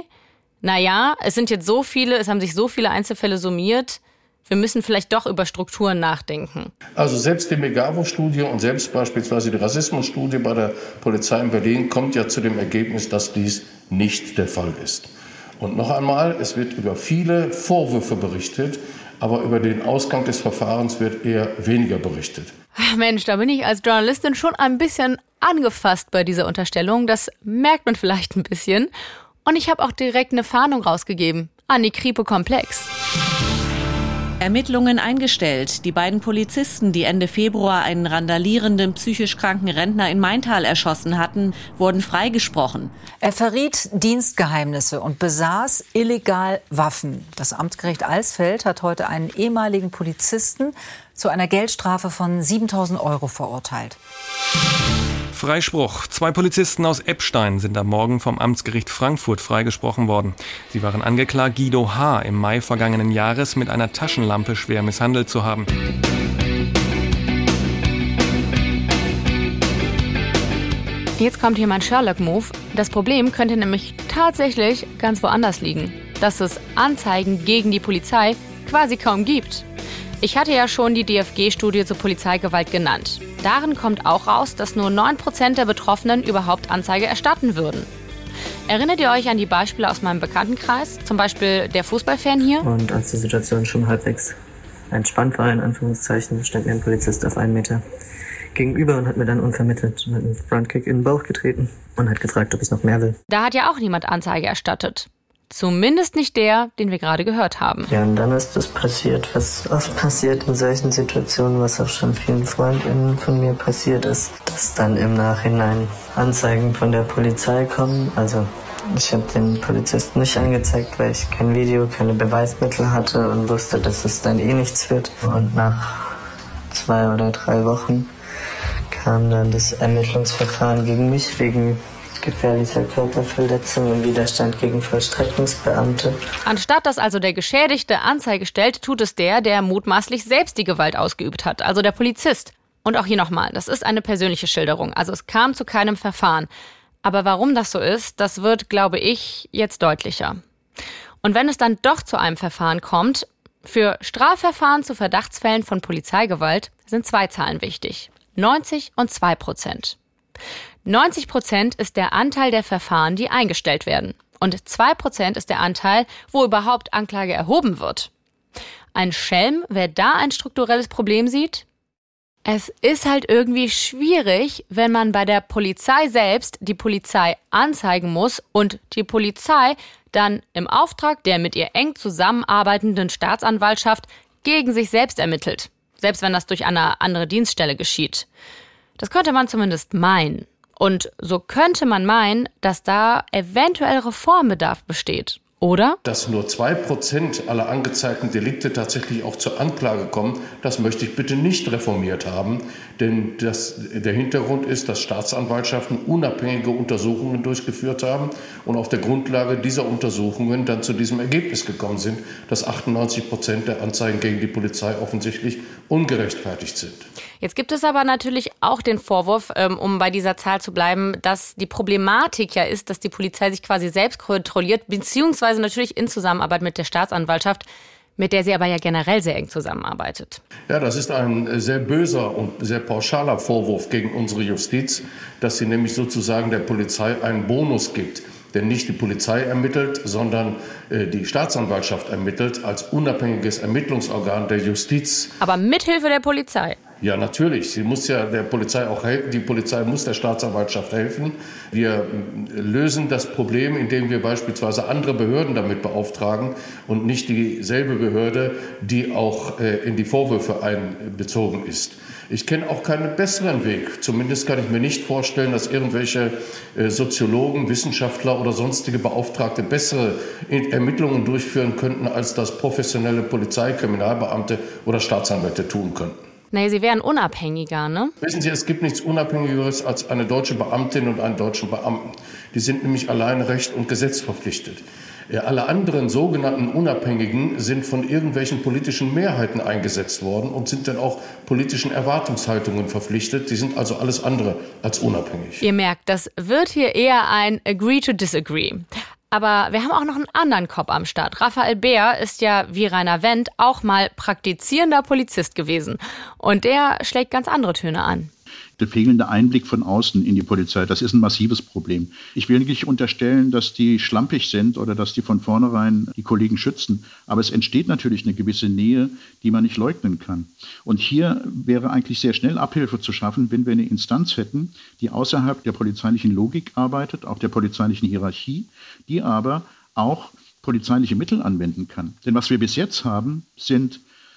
naja, es sind jetzt so viele, es haben sich so viele Einzelfälle summiert, wir müssen vielleicht doch über Strukturen nachdenken. Also selbst die Megavo-Studie und selbst beispielsweise die Rassismus-Studie bei der Polizei in Berlin kommt ja zu dem Ergebnis, dass dies nicht der Fall ist. Und noch einmal, es wird über viele Vorwürfe berichtet, aber über den Ausgang des Verfahrens wird eher weniger berichtet. Mensch, da bin ich als Journalistin schon ein bisschen angefasst bei dieser Unterstellung. Das merkt man vielleicht ein bisschen. Und ich habe auch direkt eine Fahndung rausgegeben an die Kripo Komplex. Ermittlungen eingestellt. Die beiden Polizisten, die Ende Februar einen randalierenden, psychisch kranken Rentner in Maintal erschossen hatten, wurden freigesprochen. Er verriet Dienstgeheimnisse und besaß illegal Waffen. Das Amtsgericht Alsfeld hat heute einen ehemaligen Polizisten zu einer Geldstrafe von 7.000 € verurteilt. Freispruch. 2 Polizisten aus Eppstein sind am Morgen vom Amtsgericht Frankfurt freigesprochen worden. Sie waren angeklagt, Guido H. im Mai vergangenen Jahres mit einer Taschenlampe schwer misshandelt zu haben. Jetzt kommt hier mein Sherlock-Move. Das Problem könnte nämlich tatsächlich ganz woanders liegen. Dass es Anzeigen gegen die Polizei quasi kaum gibt. Ich hatte ja schon die DFG-Studie zur Polizeigewalt genannt. Darin kommt auch raus, dass nur 9% der Betroffenen überhaupt Anzeige erstatten würden. Erinnert ihr euch an die Beispiele aus meinem Bekanntenkreis? Zum Beispiel der Fußballfan hier? Und als die Situation schon halbwegs entspannt war, in Anführungszeichen, stand mir ein Polizist auf 1 Meter gegenüber und hat mir dann unvermittelt mit einem Frontkick in den Bauch getreten und hat gefragt, ob ich noch mehr will. Da hat ja auch niemand Anzeige erstattet. Zumindest nicht der, den wir gerade gehört haben. Ja, und dann ist das passiert, was oft passiert in solchen Situationen, was auch schon vielen FreundInnen von mir passiert ist, dass dann im Nachhinein Anzeigen von der Polizei kommen. Also ich habe den Polizisten nicht angezeigt, weil ich kein Video, keine Beweismittel hatte und wusste, dass es dann eh nichts wird. Und nach 2 oder 3 Wochen kam dann das Ermittlungsverfahren gegen mich wegen gefährlicher Körperverletzung und Widerstand gegen Vollstreckungsbeamte. Anstatt dass also der Geschädigte Anzeige stellt, tut es der mutmaßlich selbst die Gewalt ausgeübt hat, also der Polizist. Und auch hier nochmal, das ist eine persönliche Schilderung, also es kam zu keinem Verfahren. Aber warum das so ist, das wird, glaube ich, jetzt deutlicher. Und wenn es dann doch zu einem Verfahren kommt, für Strafverfahren zu Verdachtsfällen von Polizeigewalt sind 2 Zahlen wichtig. 90 und 2%. 90% ist der Anteil der Verfahren, die eingestellt werden. Und 2% ist der Anteil, wo überhaupt Anklage erhoben wird. Ein Schelm, wer da ein strukturelles Problem sieht? Es ist halt irgendwie schwierig, wenn man bei der Polizei selbst die Polizei anzeigen muss und die Polizei dann im Auftrag der mit ihr eng zusammenarbeitenden Staatsanwaltschaft gegen sich selbst ermittelt. Selbst wenn das durch eine andere Dienststelle geschieht. Das könnte man zumindest meinen. Und so könnte man meinen, dass da eventuell Reformbedarf besteht, oder? Dass nur 2% aller angezeigten Delikte tatsächlich auch zur Anklage kommen, das möchte ich bitte nicht reformiert haben. Denn der Hintergrund ist, dass Staatsanwaltschaften unabhängige Untersuchungen durchgeführt haben und auf der Grundlage dieser Untersuchungen dann zu diesem Ergebnis gekommen sind, dass 98% der Anzeigen gegen die Polizei offensichtlich ungerechtfertigt sind. Jetzt gibt es aber natürlich auch den Vorwurf, um bei dieser Zahl zu bleiben, dass die Problematik ja ist, dass die Polizei sich quasi selbst kontrolliert, beziehungsweise natürlich in Zusammenarbeit mit der Staatsanwaltschaft, mit der sie aber ja generell sehr eng zusammenarbeitet. Ja, das ist ein sehr böser und sehr pauschaler Vorwurf gegen unsere Justiz, dass sie nämlich sozusagen der Polizei einen Bonus gibt. Denn nicht die Polizei ermittelt, sondern die Staatsanwaltschaft ermittelt als unabhängiges Ermittlungsorgan der Justiz. Aber mithilfe der Polizei. Ja, natürlich. Sie muss ja der Polizei auch helfen. Die Polizei muss der Staatsanwaltschaft helfen. Wir lösen das Problem, indem wir beispielsweise andere Behörden damit beauftragen und nicht dieselbe Behörde, die auch in die Vorwürfe einbezogen ist. Ich kenne auch keinen besseren Weg. Zumindest kann ich mir nicht vorstellen, dass irgendwelche Soziologen, Wissenschaftler oder sonstige Beauftragte bessere Ermittlungen durchführen könnten, als das professionelle Polizei, Kriminalbeamte oder Staatsanwälte tun könnten. Nee, sie wären unabhängiger, ne? Wissen Sie, es gibt nichts Unabhängigeres als eine deutsche Beamtin und einen deutschen Beamten. Die sind nämlich allein Recht und Gesetz verpflichtet. Alle anderen sogenannten Unabhängigen sind von irgendwelchen politischen Mehrheiten eingesetzt worden und sind dann auch politischen Erwartungshaltungen verpflichtet. Die sind also alles andere als unabhängig. Ihr merkt, das wird hier eher ein Agree to Disagree. Aber wir haben auch noch einen anderen Cop am Start. Raphael Behr ist ja, wie Rainer Wendt, auch mal praktizierender Polizist gewesen. Und der schlägt ganz andere Töne an. Der fehlende Einblick von außen in die Polizei, das ist ein massives Problem. Ich will nicht unterstellen, dass die schlampig sind oder dass die von vornherein die Kollegen schützen. Aber es entsteht natürlich eine gewisse Nähe, die man nicht leugnen kann. Und hier wäre eigentlich sehr schnell Abhilfe zu schaffen, wenn wir eine Instanz hätten, die außerhalb der polizeilichen Logik arbeitet, auch der polizeilichen Hierarchie, die aber auch polizeiliche Mittel anwenden kann. Denn was wir bis jetzt haben, sind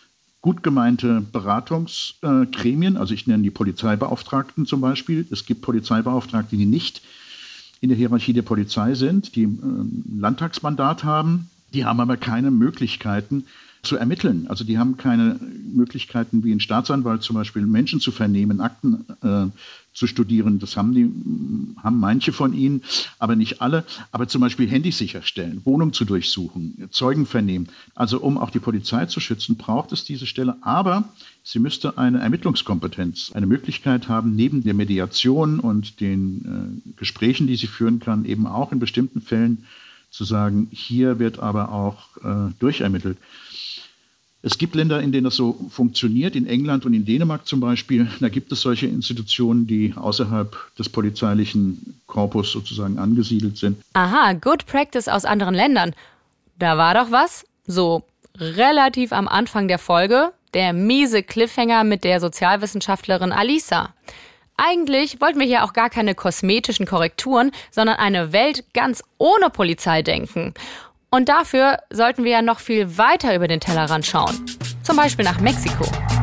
gut gemeinte Beratungsgremien, also ich nenne die Polizeibeauftragten zum Beispiel. Es gibt Polizeibeauftragte, die nicht in der Hierarchie der Polizei sind, die ein Landtagsmandat haben. Die haben aber keine Möglichkeiten zu ermitteln. Also die haben keine Möglichkeiten wie ein Staatsanwalt zum Beispiel Menschen zu vernehmen, Akten zu studieren. Das haben manche von ihnen, aber nicht alle. Aber zum Beispiel Handys sicherstellen, Wohnungen zu durchsuchen, Zeugen vernehmen. Also um auch die Polizei zu schützen, braucht es diese Stelle. Aber sie müsste eine Ermittlungskompetenz, eine Möglichkeit haben, neben der Mediation und den Gesprächen, die sie führen kann, eben auch in bestimmten Fällen zu sagen, hier wird aber auch durchermittelt. Es gibt Länder, in denen das so funktioniert, in England und in Dänemark zum Beispiel. Da gibt es solche Institutionen, die außerhalb des polizeilichen Korpus sozusagen angesiedelt sind. Aha, Good Practice aus anderen Ländern. Da war doch was, so relativ am Anfang der Folge, der miese Cliffhanger mit der Sozialwissenschaftlerin Alisa. Eigentlich wollten wir hier auch gar keine kosmetischen Korrekturen, sondern eine Welt ganz ohne Polizei denken. Und dafür sollten wir ja noch viel weiter über den Tellerrand schauen. Zum Beispiel nach Mexiko.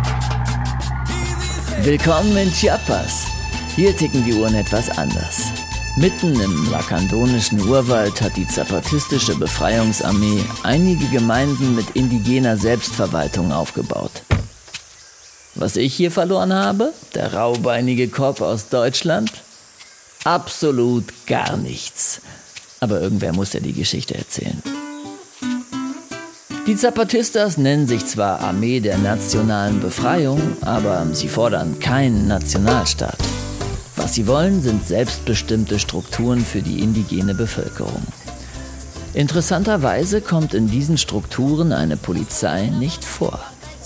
Willkommen in Chiapas. Hier ticken die Uhren etwas anders. Mitten im lakandonischen Urwald hat die zapatistische Befreiungsarmee einige Gemeinden mit indigener Selbstverwaltung aufgebaut. Was ich hier verloren habe, der raubeinige Cop aus Deutschland? Absolut gar nichts. Aber irgendwer muss ja die Geschichte erzählen. Die Zapatistas nennen sich zwar Armee der nationalen Befreiung, aber sie fordern keinen Nationalstaat. Was sie wollen, sind selbstbestimmte Strukturen für die indigene Bevölkerung. Interessanterweise kommt in diesen Strukturen eine Polizei nicht vor.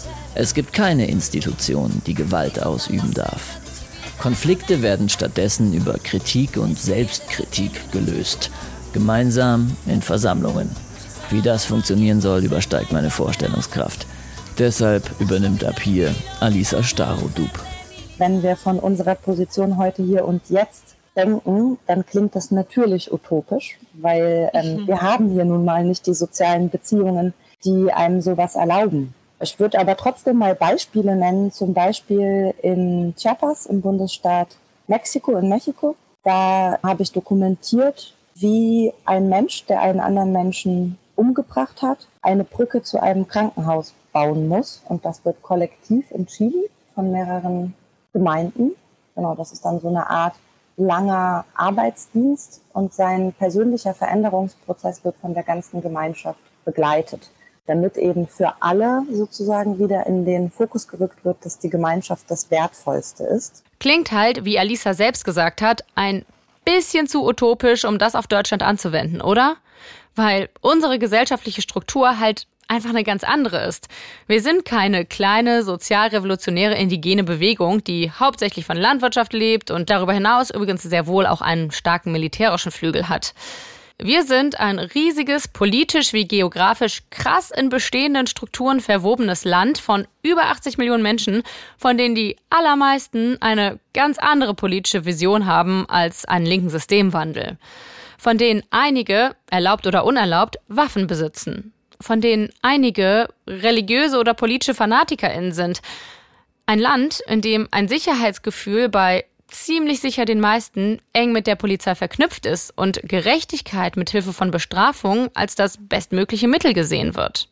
Es gibt keine Institution, die Gewalt ausüben darf. Konflikte werden stattdessen über Kritik und Selbstkritik gelöst. Gemeinsam in Versammlungen. Wie das funktionieren soll, übersteigt meine Vorstellungskraft. Deshalb übernimmt ab hier Alisa Starodub. Wenn wir von unserer Position heute hier und jetzt denken, dann klingt das natürlich utopisch, weil wir haben hier nun mal nicht die sozialen Beziehungen, die einem sowas erlauben. Ich würde aber trotzdem mal Beispiele nennen, zum Beispiel in Chiapas im Bundesstaat Mexiko, in Mexiko. Da habe ich dokumentiert, wie ein Mensch, der einen anderen Menschen umgebracht hat, eine Brücke zu einem Krankenhaus bauen muss. Und das wird kollektiv entschieden von mehreren Gemeinden. Genau, das ist dann so eine Art langer Arbeitsdienst und sein persönlicher Veränderungsprozess wird von der ganzen Gemeinschaft begleitet, damit eben für alle sozusagen wieder in den Fokus gerückt wird, dass die Gemeinschaft das Wertvollste ist. Klingt halt, wie Alisa selbst gesagt hat, ein bisschen zu utopisch, um das auf Deutschland anzuwenden, oder? Weil unsere gesellschaftliche Struktur halt einfach eine ganz andere ist. Wir sind keine kleine, sozialrevolutionäre indigene Bewegung, die hauptsächlich von Landwirtschaft lebt und darüber hinaus übrigens sehr wohl auch einen starken militärischen Flügel hat. Wir sind ein riesiges, politisch wie geografisch krass in bestehenden Strukturen verwobenes Land von über 80 Millionen Menschen, von denen die allermeisten eine ganz andere politische Vision haben als einen linken Systemwandel. Von denen einige, erlaubt oder unerlaubt, Waffen besitzen. Von denen einige religiöse oder politische FanatikerInnen sind. Ein Land, in dem ein Sicherheitsgefühl bei ziemlich sicher den meisten eng mit der Polizei verknüpft ist und Gerechtigkeit mit Hilfe von Bestrafung als das bestmögliche Mittel gesehen wird.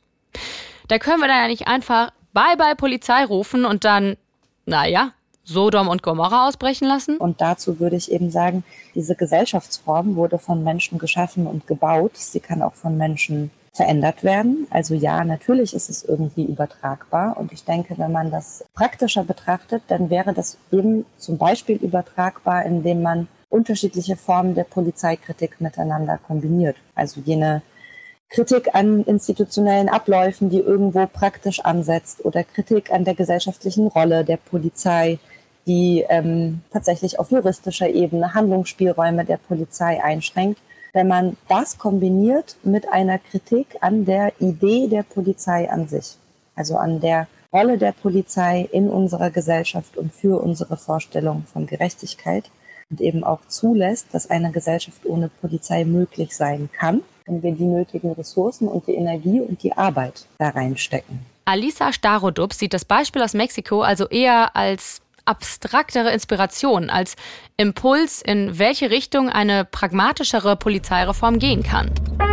Da können wir dann ja nicht einfach Bye-bye Polizei rufen und dann, Sodom und Gomorra ausbrechen lassen? Und dazu würde ich eben sagen, diese Gesellschaftsform wurde von Menschen geschaffen und gebaut. Sie kann auch von Menschen verändert werden. Also ja, natürlich ist es irgendwie übertragbar. Und ich denke, wenn man das praktischer betrachtet, dann wäre das eben zum Beispiel übertragbar, indem man unterschiedliche Formen der Polizeikritik miteinander kombiniert. Also jene Kritik an institutionellen Abläufen, die irgendwo praktisch ansetzt, oder Kritik an der gesellschaftlichen Rolle der Polizei, die tatsächlich auf juristischer Ebene Handlungsspielräume der Polizei einschränkt. Wenn man das kombiniert mit einer Kritik an der Idee der Polizei an sich, also an der Rolle der Polizei in unserer Gesellschaft und für unsere Vorstellung von Gerechtigkeit, und eben auch zulässt, dass eine Gesellschaft ohne Polizei möglich sein kann, wenn wir die nötigen Ressourcen und die Energie und die Arbeit da reinstecken. Alisa Starodub sieht das Beispiel aus Mexiko also eher als abstraktere Inspiration, als Impuls, in welche Richtung eine pragmatischere Polizeireform gehen kann.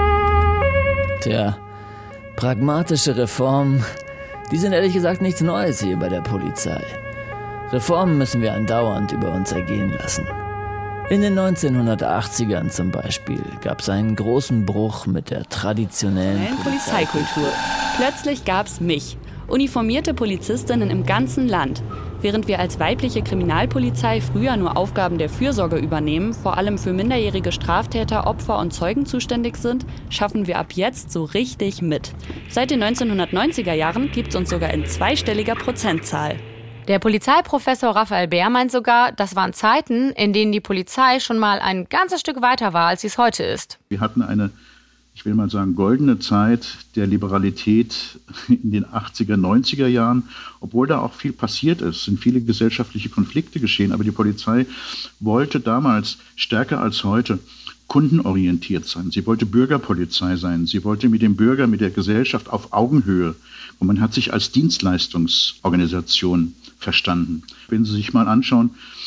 Tja, pragmatische Reformen, die sind ehrlich gesagt nichts Neues hier bei der Polizei. Reformen müssen wir andauernd über uns ergehen lassen. In den 1980ern zum Beispiel gab es einen großen Bruch mit der traditionellen Polizeikultur. Plötzlich gab es mich, uniformierte Polizistinnen im ganzen Land. Während wir als weibliche Kriminalpolizei früher nur Aufgaben der Fürsorge übernehmen, vor allem für minderjährige Straftäter, Opfer und Zeugen zuständig sind, schaffen wir ab jetzt so richtig mit. Seit den 1990er Jahren gibt es uns sogar in zweistelliger Prozentzahl. Der Polizeiprofessor Raphael Bär meint sogar, das waren Zeiten, in denen die Polizei schon mal ein ganzes Stück weiter war, als sie es heute ist. Wir hatten eine, ich will mal sagen, goldene Zeit der Liberalität in den 80er, 90er Jahren, obwohl da auch viel passiert ist, sind viele gesellschaftliche Konflikte geschehen, aber die Polizei wollte damals stärker als heute kundenorientiert sein. Sie wollte Bürgerpolizei sein. Sie wollte mit dem Bürger, mit der Gesellschaft auf Augenhöhe. Und man hat sich als Dienstleistungsorganisation verstanden. Wenn Sie sich mal anschauen,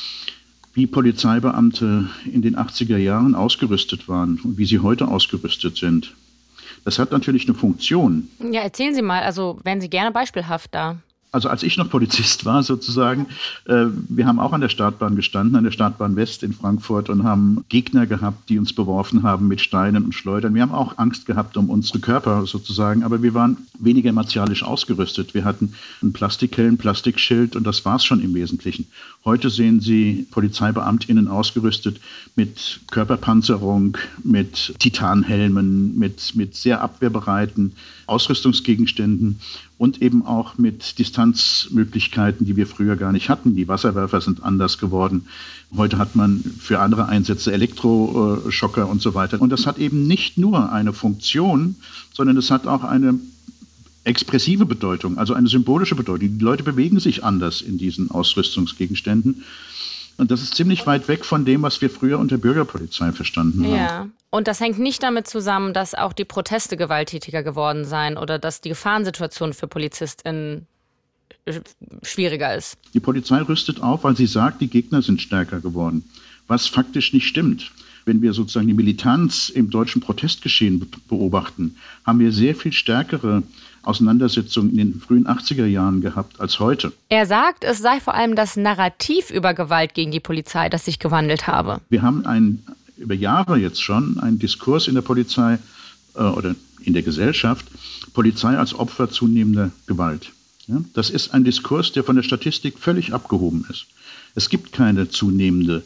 wie Polizeibeamte in den 80er Jahren ausgerüstet waren und wie sie heute ausgerüstet sind, das hat natürlich eine Funktion. Ja, erzählen Sie mal, also wären Sie gerne beispielhaft da. Also als ich noch Polizist war sozusagen, wir haben auch an der Startbahn gestanden, an der Startbahn West in Frankfurt und haben Gegner gehabt, die uns beworfen haben mit Steinen und Schleudern. Wir haben auch Angst gehabt um unsere Körper sozusagen, aber wir waren weniger martialisch ausgerüstet. Wir hatten einen Plastikhelm, Plastikschild und das war es schon im Wesentlichen. Heute sehen Sie PolizeibeamtInnen ausgerüstet mit Körperpanzerung, mit Titanhelmen, mit sehr abwehrbereiten Ausrüstungsgegenständen und eben auch mit Distanzmöglichkeiten, die wir früher gar nicht hatten. Die Wasserwerfer sind anders geworden. Heute hat man für andere Einsätze Elektroschocker und so weiter. Und das hat eben nicht nur eine Funktion, sondern es hat auch eine expressive Bedeutung, also eine symbolische Bedeutung. Die Leute bewegen sich anders in diesen Ausrüstungsgegenständen. Und das ist ziemlich weit weg von dem, was wir früher unter Bürgerpolizei verstanden haben. Ja, und das hängt nicht damit zusammen, dass auch die Proteste gewalttätiger geworden seien oder dass die Gefahrensituation für PolizistInnen schwieriger ist. Die Polizei rüstet auf, weil sie sagt, die Gegner sind stärker geworden, was faktisch nicht stimmt. Wenn wir sozusagen die Militanz im deutschen Protestgeschehen beobachten, haben wir sehr viel stärkere Auseinandersetzungen in den frühen 80er Jahren gehabt als heute. Er sagt, es sei vor allem das Narrativ über Gewalt gegen die Polizei, das sich gewandelt habe. Wir haben über Jahre jetzt schon einen Diskurs in der Polizei oder in der Gesellschaft, Polizei als Opfer zunehmender Gewalt. Ja, das ist ein Diskurs, der von der Statistik völlig abgehoben ist. Es gibt keine zunehmende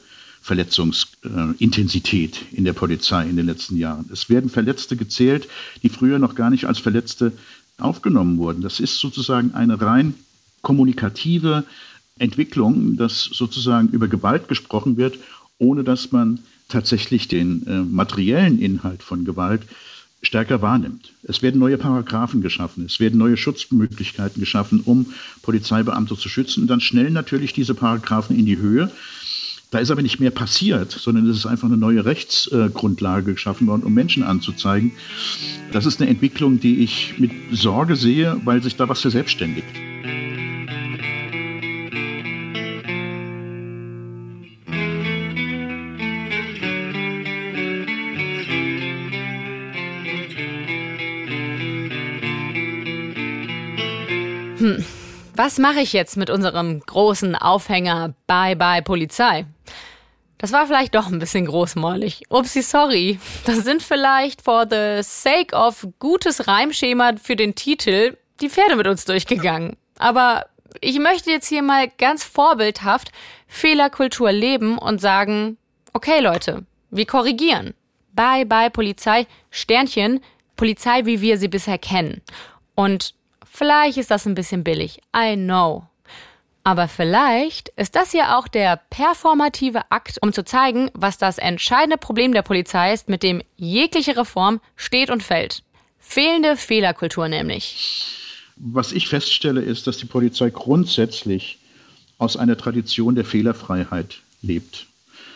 Verletzungsintensität in der Polizei in den letzten Jahren. Es werden Verletzte gezählt, die früher noch gar nicht als Verletzte aufgenommen wurden. Das ist sozusagen eine rein kommunikative Entwicklung, dass sozusagen über Gewalt gesprochen wird, ohne dass man tatsächlich den materiellen Inhalt von Gewalt stärker wahrnimmt. Es werden neue Paragraphen geschaffen, es werden neue Schutzmöglichkeiten geschaffen, um Polizeibeamte zu schützen. Und dann schnellen natürlich diese Paragraphen in die Höhe. Da ist aber nicht mehr passiert, sondern es ist einfach eine neue Rechtsgrundlage geschaffen worden, um Menschen anzuzeigen. Das ist eine Entwicklung, die ich mit Sorge sehe, weil sich da was verselbstständigt. Was mache ich jetzt mit unserem großen Aufhänger Bye Bye Polizei? Das war vielleicht doch ein bisschen großmäulig. Upsi, sorry. Das sind vielleicht for the sake of gutes Reimschema für den Titel die Pferde mit uns durchgegangen. Aber ich möchte jetzt hier mal ganz vorbildhaft Fehlerkultur leben und sagen, okay Leute, wir korrigieren. Bye Bye Polizei, Sternchen, Polizei, wie wir sie bisher kennen. Und vielleicht ist das ein bisschen billig, I know. Aber vielleicht ist das hier auch der performative Akt, um zu zeigen, was das entscheidende Problem der Polizei ist, mit dem jegliche Reform steht und fällt. Fehlende Fehlerkultur nämlich. Was ich feststelle, ist, dass die Polizei grundsätzlich aus einer Tradition der Fehlerfreiheit lebt.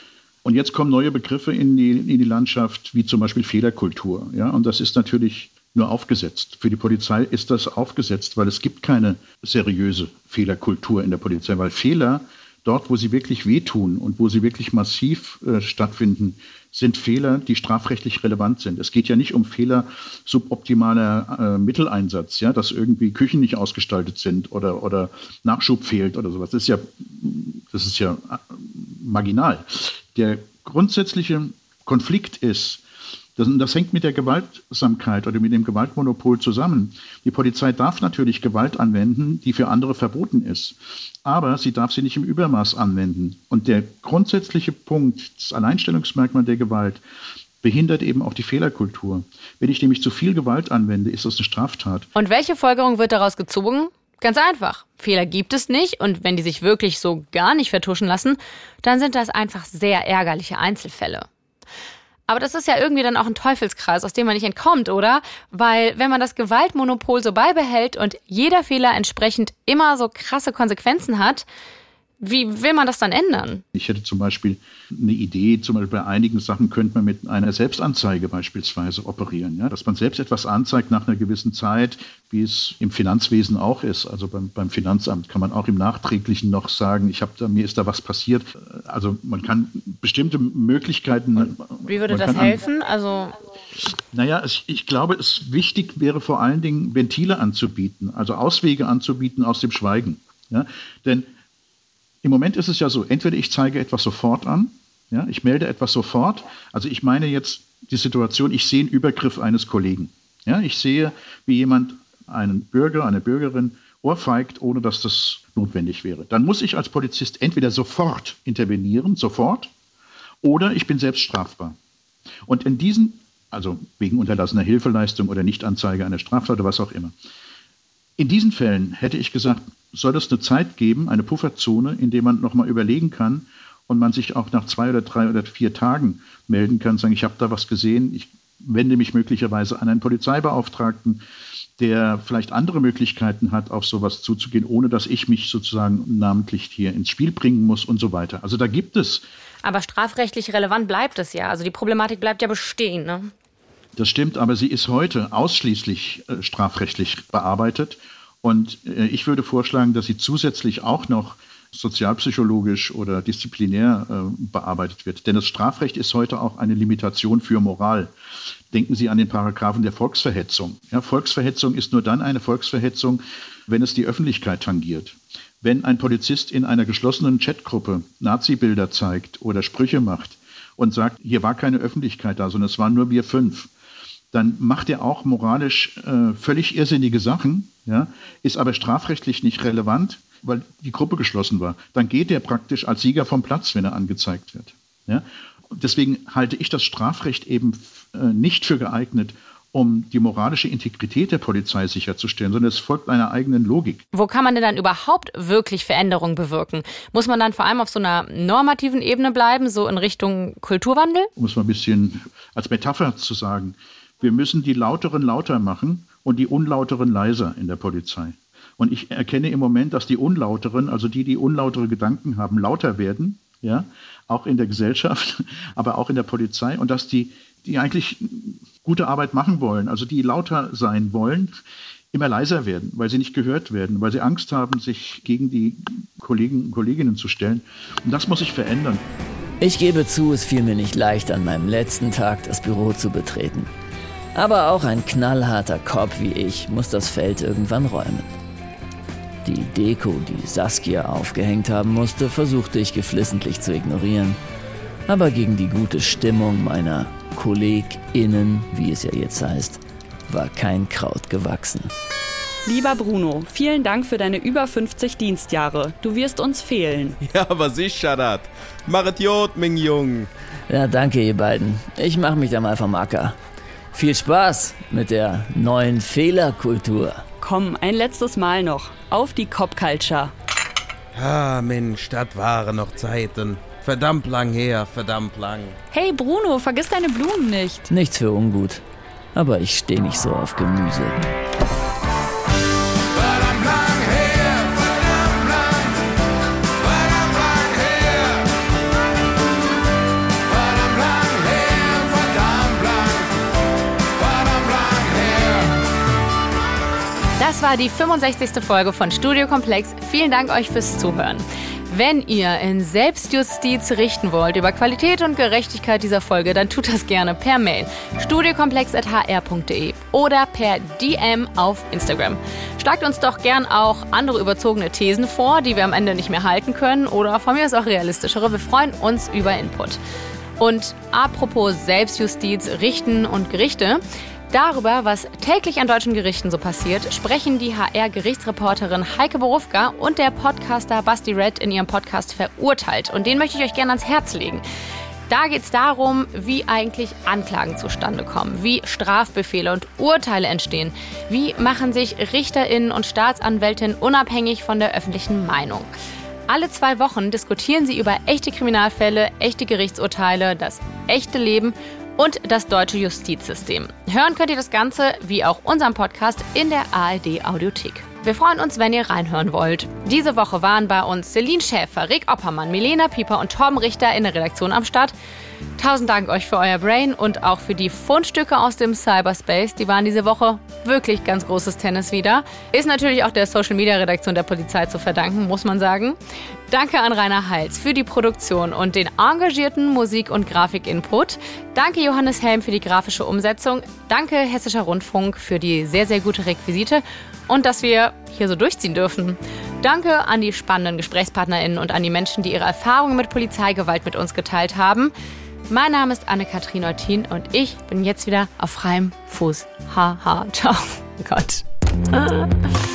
Und jetzt kommen neue Begriffe in die Landschaft, wie zum Beispiel Fehlerkultur. Ja? Und das ist natürlich nur aufgesetzt. Für die Polizei ist das aufgesetzt, weil es gibt keine seriöse Fehlerkultur in der Polizei, weil Fehler dort, wo sie wirklich wehtun und wo sie wirklich massiv stattfinden, sind Fehler, die strafrechtlich relevant sind. Es geht ja nicht um Fehler suboptimaler Mitteleinsatz, ja, dass irgendwie Küchen nicht ausgestaltet sind oder Nachschub fehlt oder sowas. Das ist ja marginal. Der grundsätzliche Konflikt ist, das hängt mit der Gewaltsamkeit oder mit dem Gewaltmonopol zusammen. Die Polizei darf natürlich Gewalt anwenden, die für andere verboten ist. Aber sie darf sie nicht im Übermaß anwenden. Und der grundsätzliche Punkt, das Alleinstellungsmerkmal der Gewalt, behindert eben auch die Fehlerkultur. Wenn ich nämlich zu viel Gewalt anwende, ist das eine Straftat. Und welche Folgerung wird daraus gezogen? Ganz einfach. Fehler gibt es nicht und wenn die sich wirklich so gar nicht vertuschen lassen, dann sind das einfach sehr ärgerliche Einzelfälle. Aber das ist ja irgendwie dann auch ein Teufelskreis, aus dem man nicht entkommt, oder? Weil wenn man das Gewaltmonopol so beibehält und jeder Fehler entsprechend immer so krasse Konsequenzen hat, wie will man das dann ändern? Ich hätte zum Beispiel eine Idee, zum Beispiel bei einigen Sachen könnte man mit einer Selbstanzeige beispielsweise operieren. Ja? Dass man selbst etwas anzeigt nach einer gewissen Zeit, wie es im Finanzwesen auch ist. Also beim Finanzamt kann man auch im Nachträglichen noch sagen, mir ist da was passiert. Also man kann bestimmte Möglichkeiten... Und wie würde das helfen? Ich glaube, es wichtig wäre vor allen Dingen Ventile anzubieten, also Auswege anzubieten aus dem Schweigen. Ja? Denn im Moment ist es ja so, entweder ich zeige etwas sofort an, ja, ich melde etwas sofort, also ich meine jetzt die Situation, ich sehe einen Übergriff eines Kollegen. Ja, ich sehe, wie jemand einen Bürger, eine Bürgerin ohrfeigt, ohne dass das notwendig wäre. Dann muss ich als Polizist entweder sofort intervenieren, oder ich bin selbst strafbar. Und in diesen, also wegen unterlassener Hilfeleistung oder Nichtanzeige einer Straftat oder was auch immer, in diesen Fällen hätte ich gesagt, soll es eine Zeit geben, eine Pufferzone, in der man nochmal überlegen kann und man sich auch nach 2 oder 3 oder 4 Tagen melden kann, sagen, ich habe da was gesehen, ich wende mich möglicherweise an einen Polizeibeauftragten, der vielleicht andere Möglichkeiten hat, auf sowas zuzugehen, ohne dass ich mich sozusagen namentlich hier ins Spiel bringen muss und so weiter. Also da gibt es. Aber strafrechtlich relevant bleibt es ja. Also die Problematik bleibt ja bestehen, ne? Das stimmt, aber sie ist heute ausschließlich strafrechtlich bearbeitet. Und ich würde vorschlagen, dass sie zusätzlich auch noch sozialpsychologisch oder disziplinär bearbeitet wird. Denn das Strafrecht ist heute auch eine Limitation für Moral. Denken Sie an den Paragraphen der Volksverhetzung. Ja, Volksverhetzung ist nur dann eine Volksverhetzung, wenn es die Öffentlichkeit tangiert. Wenn ein Polizist in einer geschlossenen Chatgruppe Nazi-Bilder zeigt oder Sprüche macht und sagt, hier war keine Öffentlichkeit da, sondern es waren nur wir 5, dann macht er auch moralisch völlig irrsinnige Sachen, ja, ist aber strafrechtlich nicht relevant, weil die Gruppe geschlossen war. Dann geht er praktisch als Sieger vom Platz, wenn er angezeigt wird. Ja. Deswegen halte ich das Strafrecht eben nicht für geeignet, um die moralische Integrität der Polizei sicherzustellen, sondern es folgt einer eigenen Logik. Wo kann man denn dann überhaupt wirklich Veränderungen bewirken? Muss man dann vor allem auf so einer normativen Ebene bleiben, so in Richtung Kulturwandel? Um es mal ein bisschen als Metapher zu sagen, wir müssen die Lauteren lauter machen und die Unlauteren leiser in der Polizei. Und ich erkenne im Moment, dass die Unlauteren, also die unlautere Gedanken haben, lauter werden, ja, auch in der Gesellschaft, aber auch in der Polizei, und dass die eigentlich gute Arbeit machen wollen, also die lauter sein wollen, immer leiser werden, weil sie nicht gehört werden, weil sie Angst haben, sich gegen die Kollegen und Kolleginnen zu stellen. Und das muss sich verändern. Ich gebe zu, es fiel mir nicht leicht, an meinem letzten Tag das Büro zu betreten. Aber auch ein knallharter Cop wie ich muss das Feld irgendwann räumen. Die Deko, die Saskia aufgehängt haben musste, versuchte ich geflissentlich zu ignorieren. Aber gegen die gute Stimmung meiner KollegInnen, wie es ja jetzt heißt, war kein Kraut gewachsen. Lieber Bruno, vielen Dank für deine über 50 Dienstjahre. Du wirst uns fehlen. Ja, aber sicher das. Machet Jod, mein Jung. Ja, danke ihr beiden. Ich mach mich da mal vom Acker. Viel Spaß mit der neuen Fehlerkultur. Komm, ein letztes Mal noch. Auf die Cop-Culture. Ah, Mensch, das waren noch Zeiten. Verdammt lang her, verdammt lang. Hey Bruno, vergiss deine Blumen nicht. Nichts für ungut. Aber ich stehe nicht so auf Gemüse. war die 65. Folge von Studio Komplex. Vielen Dank euch fürs Zuhören. Wenn ihr in Selbstjustiz richten wollt über Qualität und Gerechtigkeit dieser Folge, dann tut das gerne per Mail studiokomplex@hr.de oder per DM auf Instagram. Schlagt uns doch gern auch andere überzogene Thesen vor, die wir am Ende nicht mehr halten können, oder von mir ist auch realistischere. Wir freuen uns über Input. Und apropos Selbstjustiz, Richten und Gerichte, darüber, was täglich an deutschen Gerichten so passiert, sprechen die HR-Gerichtsreporterin Heike Borufka und der Podcaster Basti Red in ihrem Podcast Verurteilt. Und den möchte ich euch gerne ans Herz legen. Da geht es darum, wie eigentlich Anklagen zustande kommen, wie Strafbefehle und Urteile entstehen, wie machen sich RichterInnen und Staatsanwältinnen unabhängig von der öffentlichen Meinung. Alle 2 Wochen diskutieren sie über echte Kriminalfälle, echte Gerichtsurteile, das echte Leben und das deutsche Justizsystem. Hören könnt ihr das Ganze, wie auch unseren Podcast, in der ARD-Audiothek. Wir freuen uns, wenn ihr reinhören wollt. Diese Woche waren bei uns Celine Schäfer, Rick Oppermann, Milena Pieper und Torben Richter in der Redaktion am Start. 1000 Dank euch für euer Brain und auch für die Fundstücke aus dem Cyberspace. Die waren diese Woche wirklich ganz großes Tennis wieder. Ist natürlich auch der Social-Media-Redaktion der Polizei zu verdanken, muss man sagen. Danke an Rainer Hals für die Produktion und den engagierten Musik- und Grafik-Input. Danke Johannes Helm für die grafische Umsetzung. Danke Hessischer Rundfunk für die sehr, sehr gute Requisite und dass wir hier so durchziehen dürfen. Danke an die spannenden GesprächspartnerInnen und an die Menschen, die ihre Erfahrungen mit Polizeigewalt mit uns geteilt haben. Mein Name ist Anne-Kathrin Neutin und ich bin jetzt wieder auf freiem Fuß. Haha, ciao. Oh Gott.